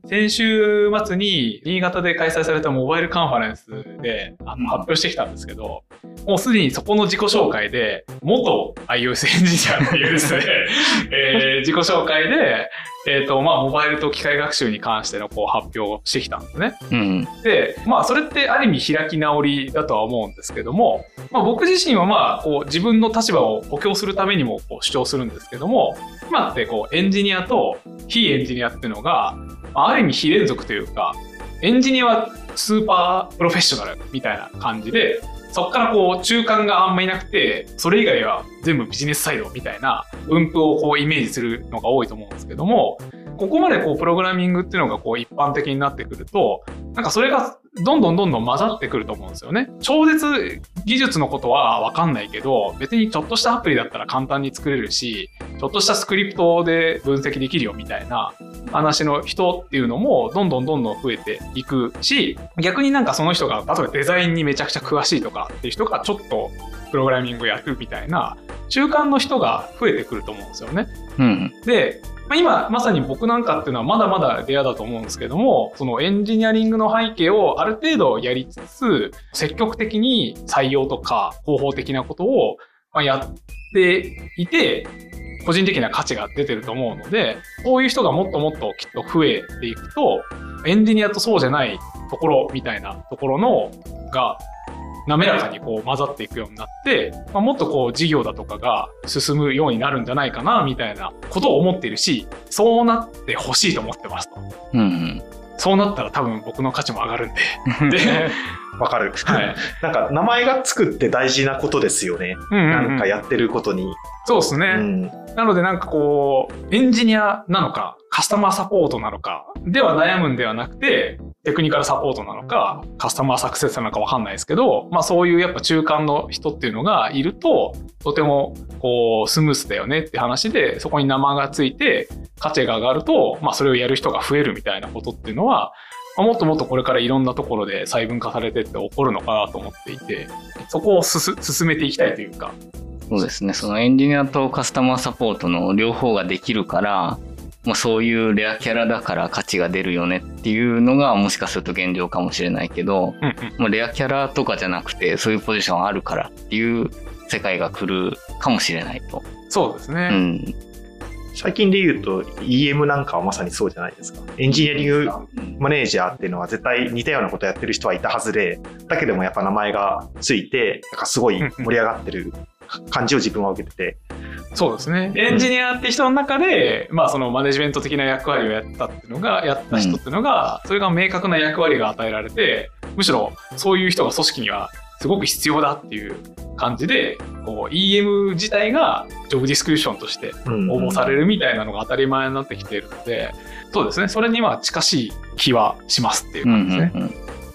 先週末に新潟で開催されたモバイルカンファレンスで発表してきたんですけど、もうすでにそこの自己紹介で、元 iOS エンジニアっていうですね、自己紹介で、モバイルと機械学習に関しての発表をしてきたんですね。で、それってある意味開き直りだとは思うんですけども、僕自身は自分の立場を補強するためにも主張するんですけども、今ってエンジニアと非エンジニアっていうのが、ある意味非連続というか、エンジニアはスーパープロフェッショナルみたいな感じで、そこから中間があんまいなくて、それ以外は全部ビジネスサイドみたいな分布をイメージするのが多いと思うんですけども、ここまでプログラミングっていうのが一般的になってくると、なんかそれがどんどん混ざってくると思うんですよね。超絶技術のことは分かんないけど、別にちょっとしたアプリだったら簡単に作れるし、ちょっとしたスクリプトで分析できるよみたいな話の人っていうのもどんどん増えていくし、逆になんかその人が例えばデザインにめちゃくちゃ詳しいとかっていう人がちょっとプログラミングをやるみたいな中間の人が増えてくると思うんですよね。で、今まさに僕なんかっていうのはまだまだレアだと思うんですけども、そのエンジニアリングの背景をある程度やりつつ、積極的に採用とか方法的なことをやっていて、個人的な価値が出てると思うので、こういう人がもっともっときっと増えていくと、エンジニアとそうじゃないところみたいなところのが滑らかに混ざっていくようになって、もっと事業だとかが進むようになるんじゃないかなみたいなことを思っているし、そうなってほしいと思ってますと。そうなったら多分僕の価値も上がるんで。で、 わかる。なんか名前がつくって大事なことですよね。なんかやってることに。 そうですね。なのでなんかエンジニアなのか、カスタマーサポートなのかでは悩むんではなくて、テクニカルサポートなのか、カスタマーサクセスなのかわかんないですけど、そういうやっぱ中間の人っていうのがいると、とてもスムースだよねって話で、そこに名前がついて価値が上がると、それをやる人が増えるみたいなことっていうのは、もっともっとこれからいろんなところで細分化されてって起こるのかなと思っていて、そこを進めていきたいというか。 そうですね。そのエンジニアとカスタマーサポートの両方ができるから、そういうレアキャラだから価値が出るよねっていうのがもしかすると現状かもしれないけど、レアキャラとかじゃなくてそういうポジションあるからっていう世界が来るかもしれないと。 そうですね。 最近で言うと EM なんかはまさにそうじゃないですか。エンジニアリングマネージャーっていうのは絶対似たようなことをやってる人はいたはずで、だけどもやっぱ名前がついて、なんかすごい盛り上がってる感じを自分は受けてて。 そうですね。エンジニアって人の中で、そのマネジメント的な役割をやった人っていうのが、それが明確な役割が与えられて、むしろそういう人が組織にはすごく必要だっていう感じで、EM 自体がジョブディスクリプションとして応募されるみたいなのが当たり前になってきているので、そうですね。それには近しい気はしますっていう感じですね。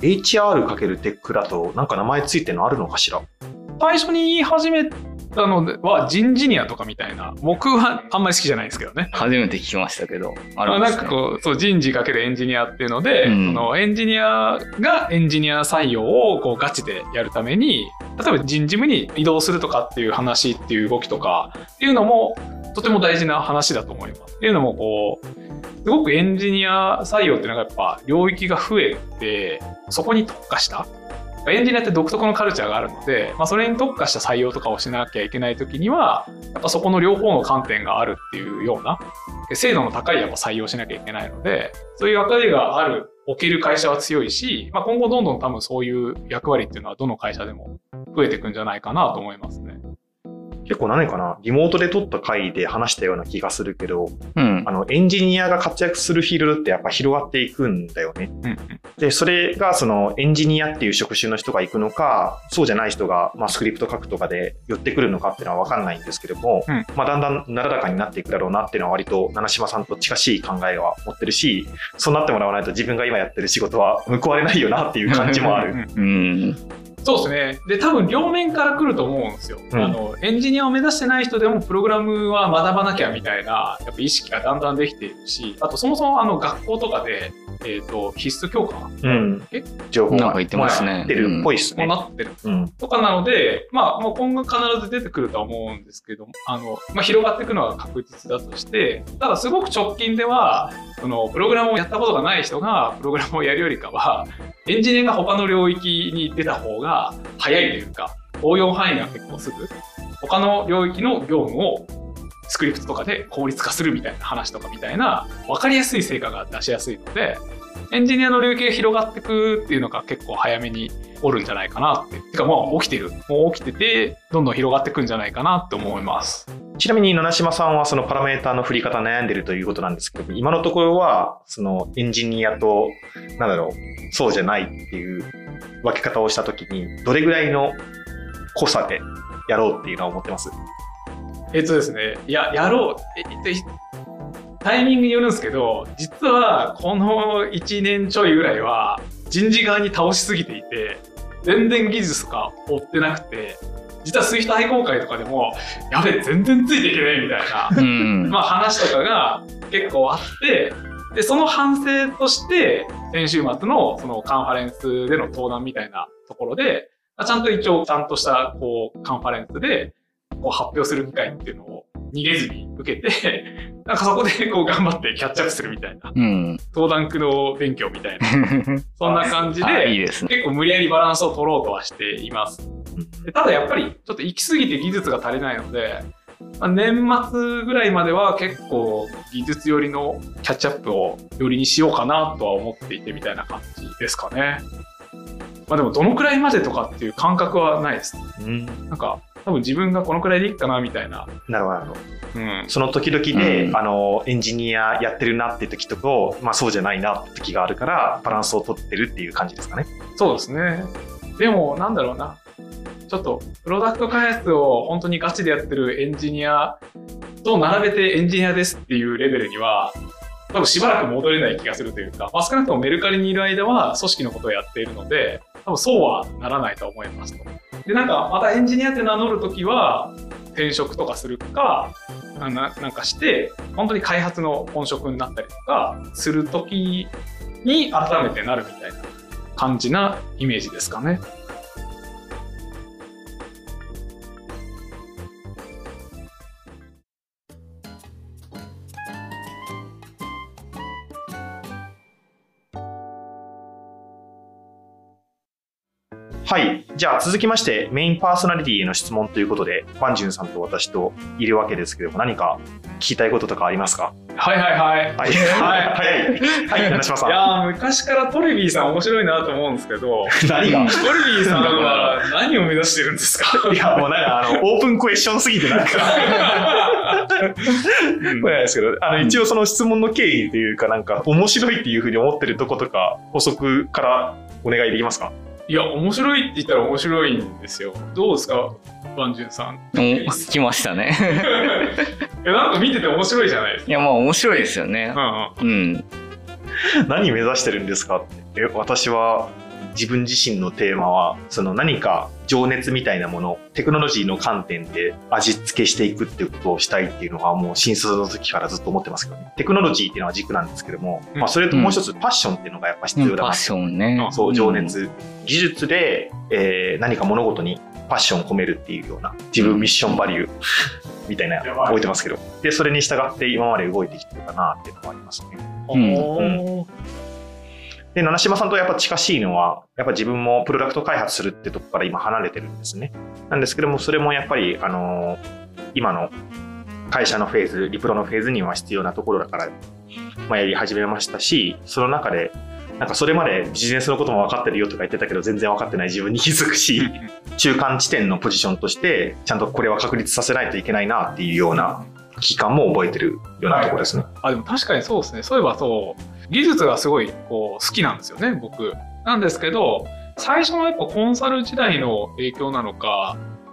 HR× テックだとなんか名前ついてるのあるのかしら？ 最初に言い始めたのは人事ニアとかみたいな、僕はあんまり好きじゃないんですけどね。 初めて聞きましたけど、 なんかそう人事×エンジニアっていうので、そのエンジニアがエンジニア採用をガチでやるために、例えば人事部に移動するとかっていう話っていう動きとかっていうのもとても大事な話だと思います。っていうのもすごくエンジニア採用っていうのがやっぱ領域が増えて、そこに特化したエンジニアって独特のカルチャーがあるので、それに特化した採用とかをしなきゃいけないときには、やっぱそこの両方の観点があるっていうような、精度の高い採用しなきゃいけないので、そういう役割が置ける会社は強いし、今後どんどん多分そういう役割っていうのはどの会社でも増えていくんじゃないかなと思いますね。 結構何かな、リモートで撮った回で話したような気がするけど、エンジニアが活躍するフィールドってやっぱ広がっていくんだよね。で、それがそのエンジニアっていう職種の人が行くのか、そうじゃない人がスクリプト書くとかで寄ってくるのかっていうのは分かんないんですけども、だんだんなだらかになっていくだろうなっていうのは割と七島さんと近しい考えは持ってるし、そうなってもらわないと自分が今やってる仕事は報われないよなっていう感じもある。 そうですね。で、多分両面から来ると思うんですよ。エンジニアを目指してない人でもプログラムは学ばなきゃみたいな、やっぱ意識がだんだんできているし、あとそもそも学校とかで、必須教科、 情報がなんか言ってますね。 なってるっぽいですね。 なってる。とかなので、まあ、もう今後必ず出てくるとは思うんですけど、まあ、広がっていくのは確実だとして、ただすごく直近では、プログラムをやったことがない人がプログラムをやるよりかは、エンジニアが他の領域に出た方が早いというか、応用範囲が結構すぐ、他の領域の業務をスクリプトとかで効率化するみたいな話とかみたいな、分かりやすい成果が出しやすいので、エンジニアの領域が広がっていくっていうのが結構早めにおるんじゃないかなって。てかもう起きてる。もう起きてて、どんどん広がっていくんじゃないかなって思います。 ちなみに七島さんはそのパラメータの振り方悩んでるということなんですけど、今のところはそのエンジニアとそうじゃないっていう分け方をしたときにどれぐらいの濃さでやろうっていうのは思ってます？ ですね、やろう、タイミングによるんですけど、実はこの1年ちょいぐらいは人事側に倒しすぎていて、全然技術とか追ってなくて、実はSWIFT愛好会とかでもやべえ全然ついていけないみたいなまあ話とかが結構あって、でその反省として先週末のそのカンファレンスでの登壇みたいなところで、ちゃんとちゃんとしたカンファレンスで発表する機会っていうのを逃げずに受けて、なんかそこで頑張ってキャッチアップするみたいな、登壇駆動勉強みたいなそんな感じでいいですね。 結構無理やりバランスを取ろうとはしています。でただやっぱりちょっと行き過ぎて技術が足りないので、年末ぐらいまでは結構技術寄りのキャッチアップを寄りにしようかなとは思っていてみたいな感じですかね。まあでもどのくらいまでとかっていう感覚はないです。なんか多分自分がこのくらいでいいかなみたいな。 なるほど。その時々で、エンジニアやってるなって時と、まあそうじゃないなって時があるからバランスを取ってるっていう感じですかね。 そうですね。でもなんだろうな。ちょっとプロダクト開発を本当にガチでやってるエンジニアと並べてエンジニアですっていうレベルには多分しばらく戻れない気がするというか、少なくともメルカリにいる間は組織のことをやっているので、多分そうはならないと思いますと。で、なんかまたエンジニアって名乗るときは転職とかするか、なんかして本当に開発の本職になったりとかするときに改めてなるみたいな感じなイメージですかね。 はい。じゃあ続きましてメインパーソナリティへの質問ということで、バンジュンさんと私といるわけですけども、何か聞きたいこととかありますか？ はい。はい、 七島さん。 いや昔からトレビーさん面白いなと思うんですけど、 何が？ トレビーさんは何を目指してるんですか？ いや、もうなんかオープンクエスチョンすぎてなんかこれなんですけど、一応その質問の経緯というか、なんか面白いっていうふうに思ってるとことか補足からお願いできますか？ いや、面白いって言ったら面白いんですよ。どうですか、バンジュンさん。 来ましたね。 なんか見てて面白いじゃないですか。 いや、まあ面白いですよね。 何目指してるんですかって。私は自分自身のテーマはその何か情熱みたいなもの、テクノロジーの観点で味付けしていくっていうことをしたいっていうのはもう新卒の時からずっと思ってますけどね。テクノロジーっていうのは軸なんですけども、それともう一つパッションっていうのがやっぱ必要だな。 パッションね。 そう、情熱、技術で、何か物事にパッションを込めるっていうような自分ミッションバリューみたいなの覚えてますけど、でそれに従って今まで動いてきてるかなっていうのがありますね。で、七島さんとやっぱ近しいのは、やっぱ自分もプロダクト開発するってとこから今離れてるんですね。なんですけども、それもやっぱり、今の会社のフェーズ、リプロのフェーズには必要なところだから、やり始めましたし、その中で、なんかそれまでビジネスのことも分かってるよとか言ってたけど、全然分かってない自分に気づくし、中間地点のポジションとして、ちゃんとこれは確立させないといけないなっていうような危機感も覚えてるようなところですね。 でも確かにそうですね。そういえばそう、技術がすごい好きなんですよね、僕。なんですけど、最初のやっぱコンサル時代の影響なのか、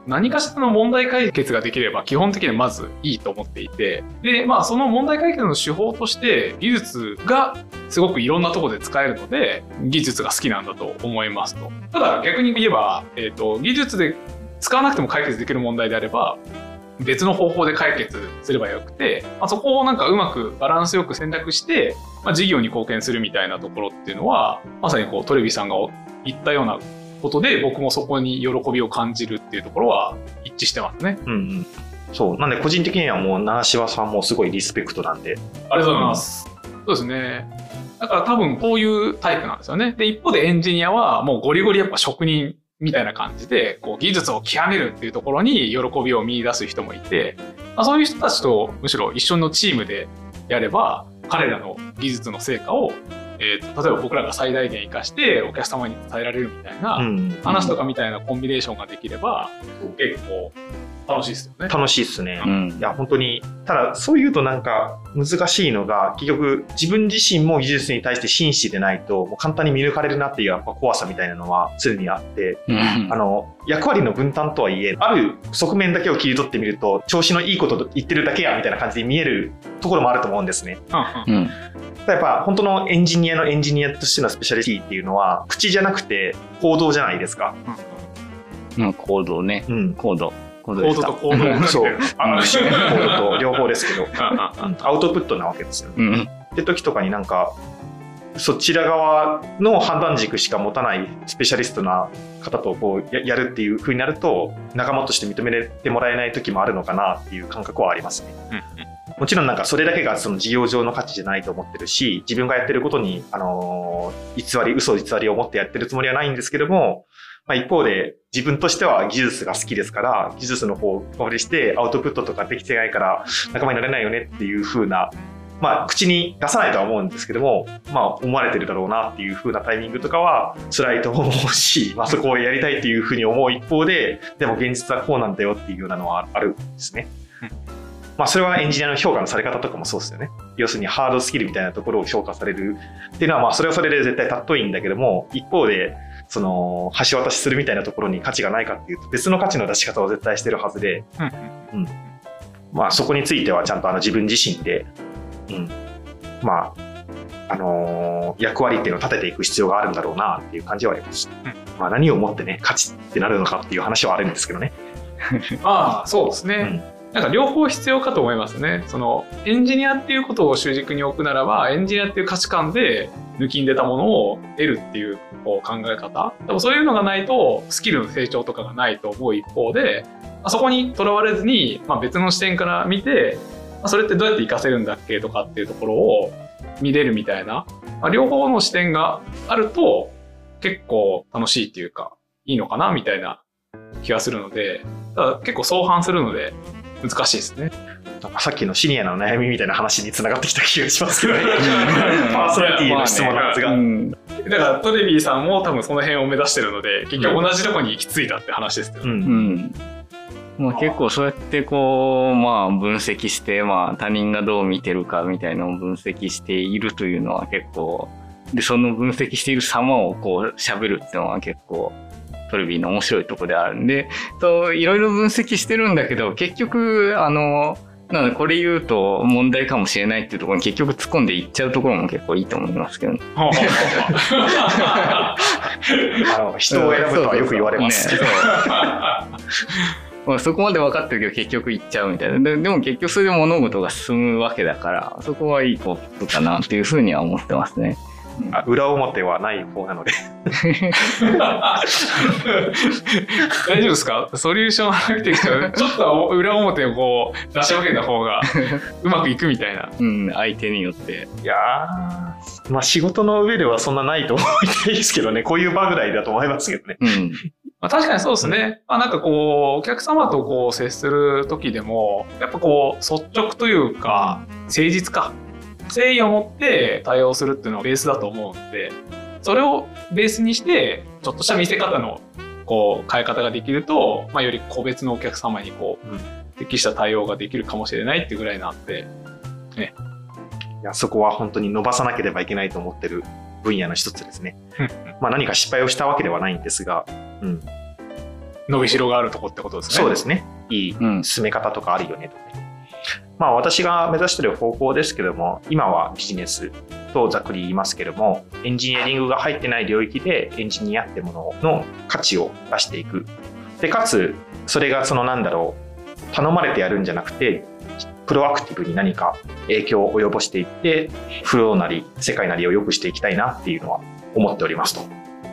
何かしらの問題解決ができれば基本的にはまずいいと思っていて、で、その問題解決の手法として技術がすごくいろんなところで使えるので、技術が好きなんだと思いますと。ただ逆に言えば、技術で使わなくても解決できる問題であれば、別の方法で解決すればよくて、そこをなんかうまくバランスよく選択して、事業に貢献するみたいなところっていうのは、まさにトレビさんが言ったようなことで、僕もそこに喜びを感じるっていうところは一致してますね。 そうなんで個人的にはもう七柴さんもすごいリスペクトなんで。 ありがとうございます。そうですね。だから多分こういうタイプなんですよね。で、一方でエンジニアはもうゴリゴリやっぱ職人みたいな感じで、技術を極めるっていうところに喜びを見出す人もいて、そういう人たちとむしろ一緒のチームでやれば、彼らの技術の成果を、例えば僕らが最大限活かしてお客様に伝えられるみたいな話とかみたいなコンビネーションができれば、結構楽しいですよね。 楽しいっすね。いや本当に、ただそういうとなんか難しいのが、結局自分自身も技術に対して真摯でないともう簡単に見抜かれるなっていうやっぱ怖さみたいなのは常にあって、役割の分担とはいえ、ある側面だけを切り取ってみると調子のいいこと言ってるだけやみたいな感じで見えるところもあると思うんですね。やっぱ本当のエンジニアとしてのスペシャリティっていうのは口じゃなくて行動じゃないですか。 行動ね。行動と行動そう、行動と両方ですけどアウトプットなわけですよね。って時とかになんかそちら側の判断軸しか持たないスペシャリストな方とやるっていう風になると、仲間として認めてもらえない時もあるのかなっていう感覚はありますね。もちろんなんかそれだけがその事業上の価値じゃないと思ってるし、自分がやってることに嘘偽りを持ってやってるつもりはないんですけども、一方で自分としては技術が好きですから、技術の方を深掘りしてアウトプットとかできてないから仲間になれないよねっていう風な、口に出さないとは思うんですけども、思われてるだろうなっていう風なタイミングとかは辛いと思うし、そこをやりたいっていう風に思う一方で、でも現実はこうなんだよっていうようなのはあるんですね。それはエンジニアの評価のされ方とかもそうですよね。要するにハードスキルみたいなところを評価されるっていうのは、それはそれで絶対尊いんだけども、一方でその橋渡しするみたいなところに価値がないかっていうと、別の価値の出し方を絶対してるはずで、そこについてはちゃんと自分自身で、役割っていうのを立てていく必要があるんだろうなっていう感じはあります。何をもってね価値ってなるのかっていう話はあるんですけどね。 そうですね。なんか両方必要かと思いますね。そのエンジニアっていうことを主軸に置くならば、エンジニアっていう価値観で抜きん出たものを得るっていう考え方。でもそういうのがないとスキルの成長とかがないと思う一方で、そこにとらわれずに、別の視点から見て、それってどうやって活かせるんだっけとかっていうところを見れるみたいな、両方の視点があると結構楽しいっていうかいいのかなみたいな気がするので、ただ結構相反するので難しいですね。 さっきのシニアの悩みみたいな話につながってきた気がしますけどね。パーソナリティの質問なんですが、 だからトレビーさんも多分その辺を目指してるので、結局同じとこに行き着いたって話ですよね。 結構そうやって分析して、他人がどう見てるかみたいなのを分析しているというのは結構で、その分析している様を喋るっていうのは結構トレビーの面白いところであるんで、いろいろ分析してるんだけど、結局なのでこれ言うと問題かもしれないっていうところに結局突っ込んでいっちゃうところも結構いいと思いますけどね。 人を選ぶとはよく言われますけど、 そこまで分かってるけど結局行っちゃうみたいな。でも結局それで物事が進むわけだから、そこはいいことかなっていうふうには思ってますね。 裏表はない方なので大丈夫ですか？ソリューションアーキテクチャちょっと裏表を出し分けた方がうまくいくみたいな。 相手によって。 いや仕事の上ではそんなないと思いたいですけどね。こういう場ぐらいだと思いますけどね。 確かにそうですね。なんかお客様と接する時でも、やっぱ率直というか、誠実か。誠意を持って対応するっていうのがベースだと思うので、それをベースにしてちょっとした見せ方の変え方ができると、より個別のお客様に適した対応ができるかもしれないっていうぐらいなんで、ね。 いや、そこは本当に伸ばさなければいけないと思ってる分野の一つですね。何か失敗をしたわけではないんですが、 伸びしろがあるとこってことですね。 そうですね。いい進め方とかあるよねとね。まあ私が目指している方向ですけども、今はビジネスとざっくり言いますけども、エンジニアリングが入ってない領域でエンジニアってものの価値を出していく。で、かつ、それが頼まれてやるんじゃなくて、プロアクティブに何か影響を及ぼしていって、フローなり世界なりを良くしていきたいなっていうのは思っておりますと。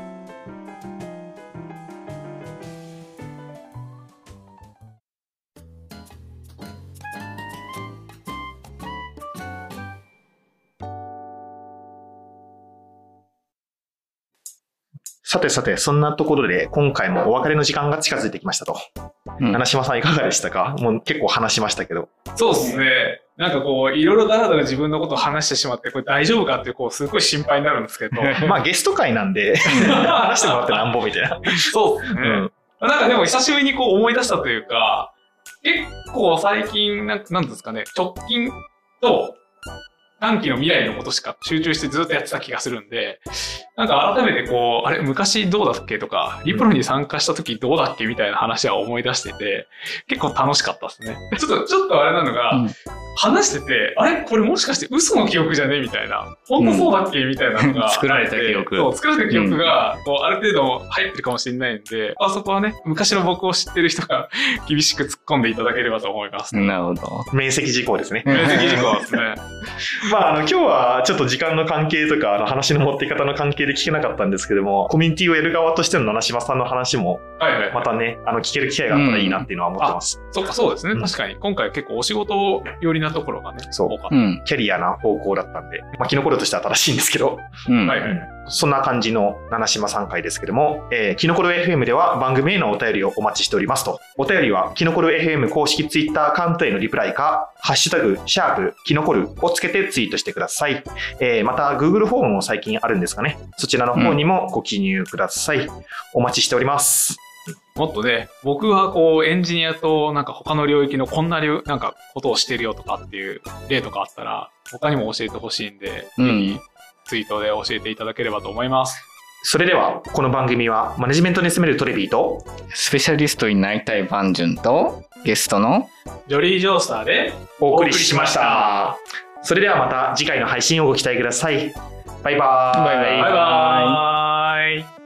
さてさて、そんなところで今回もお別れの時間が近づいてきましたと。七島さんいかがでしたか？もう結構話しましたけど。 そうですね。なんかこう、いろいろだらだら自分のことを話してしまって、これ大丈夫かっていう、すごい心配になるんですけど。 まあゲスト会なんで、話してもらってなんぼみたいな。 そうですね。なんかでも久しぶりに思い出したというか、結構最近、なんですかね、直近と短期の未来のことしか集中してずっとやってた気がするんで、なんか改めてあれ、昔どうだっけとか、リプロに参加した時どうだっけみたいな話は思い出してて、結構楽しかったですね。ちょっとあれなのが、話してて、あれこれもしかして嘘の記憶じゃねみたいな。本当そうだっけみたいなのが。 作られた記憶。 そう、作られた記憶が、ある程度入ってるかもしれないんで、あそこはね、昔の僕を知ってる人が厳しく突っ込んでいただければと思います。 なるほど。 明晰事項ですね。 明晰事項ですね。 まあ、今日はちょっと時間の関係とか、話の持ってい方の関係で聞けなかったんですけども、コミュニティをやる側としての七島さんの話も、またね、聞ける機会があったらいいなっていうのは思ってます。 そうですね。確かに。今回結構お仕事寄りなところがね、 多かった。キャリアな方向だったんで、キノコロとしては正しいんですけど、そんな感じの七島さん回ですけども、キノコロ FM では番組へのお便りをお待ちしておりますと。お便りはキノコロ FM 公式ツイッターアカウントへのリプライか、ハッシュタグ、キノコルをつけてツイートしてください。また、Google フォームも最近あるんですかね。そちらの方にもご記入ください。お待ちしております。 もっとね、僕はエンジニアと他の領域のこんなことをしてるよとかっていう例とかあったら、他にも教えてほしいんで、ぜひツイートで教えていただければと思います。 それでは、この番組はマネジメントに攻めるトレビーと、 スペシャリストになりたいバンジュンと、ゲストのジョリー・ジョースターでお送りしました。それではまた次回の配信をご期待ください。バイバーイ。 バイバーイ。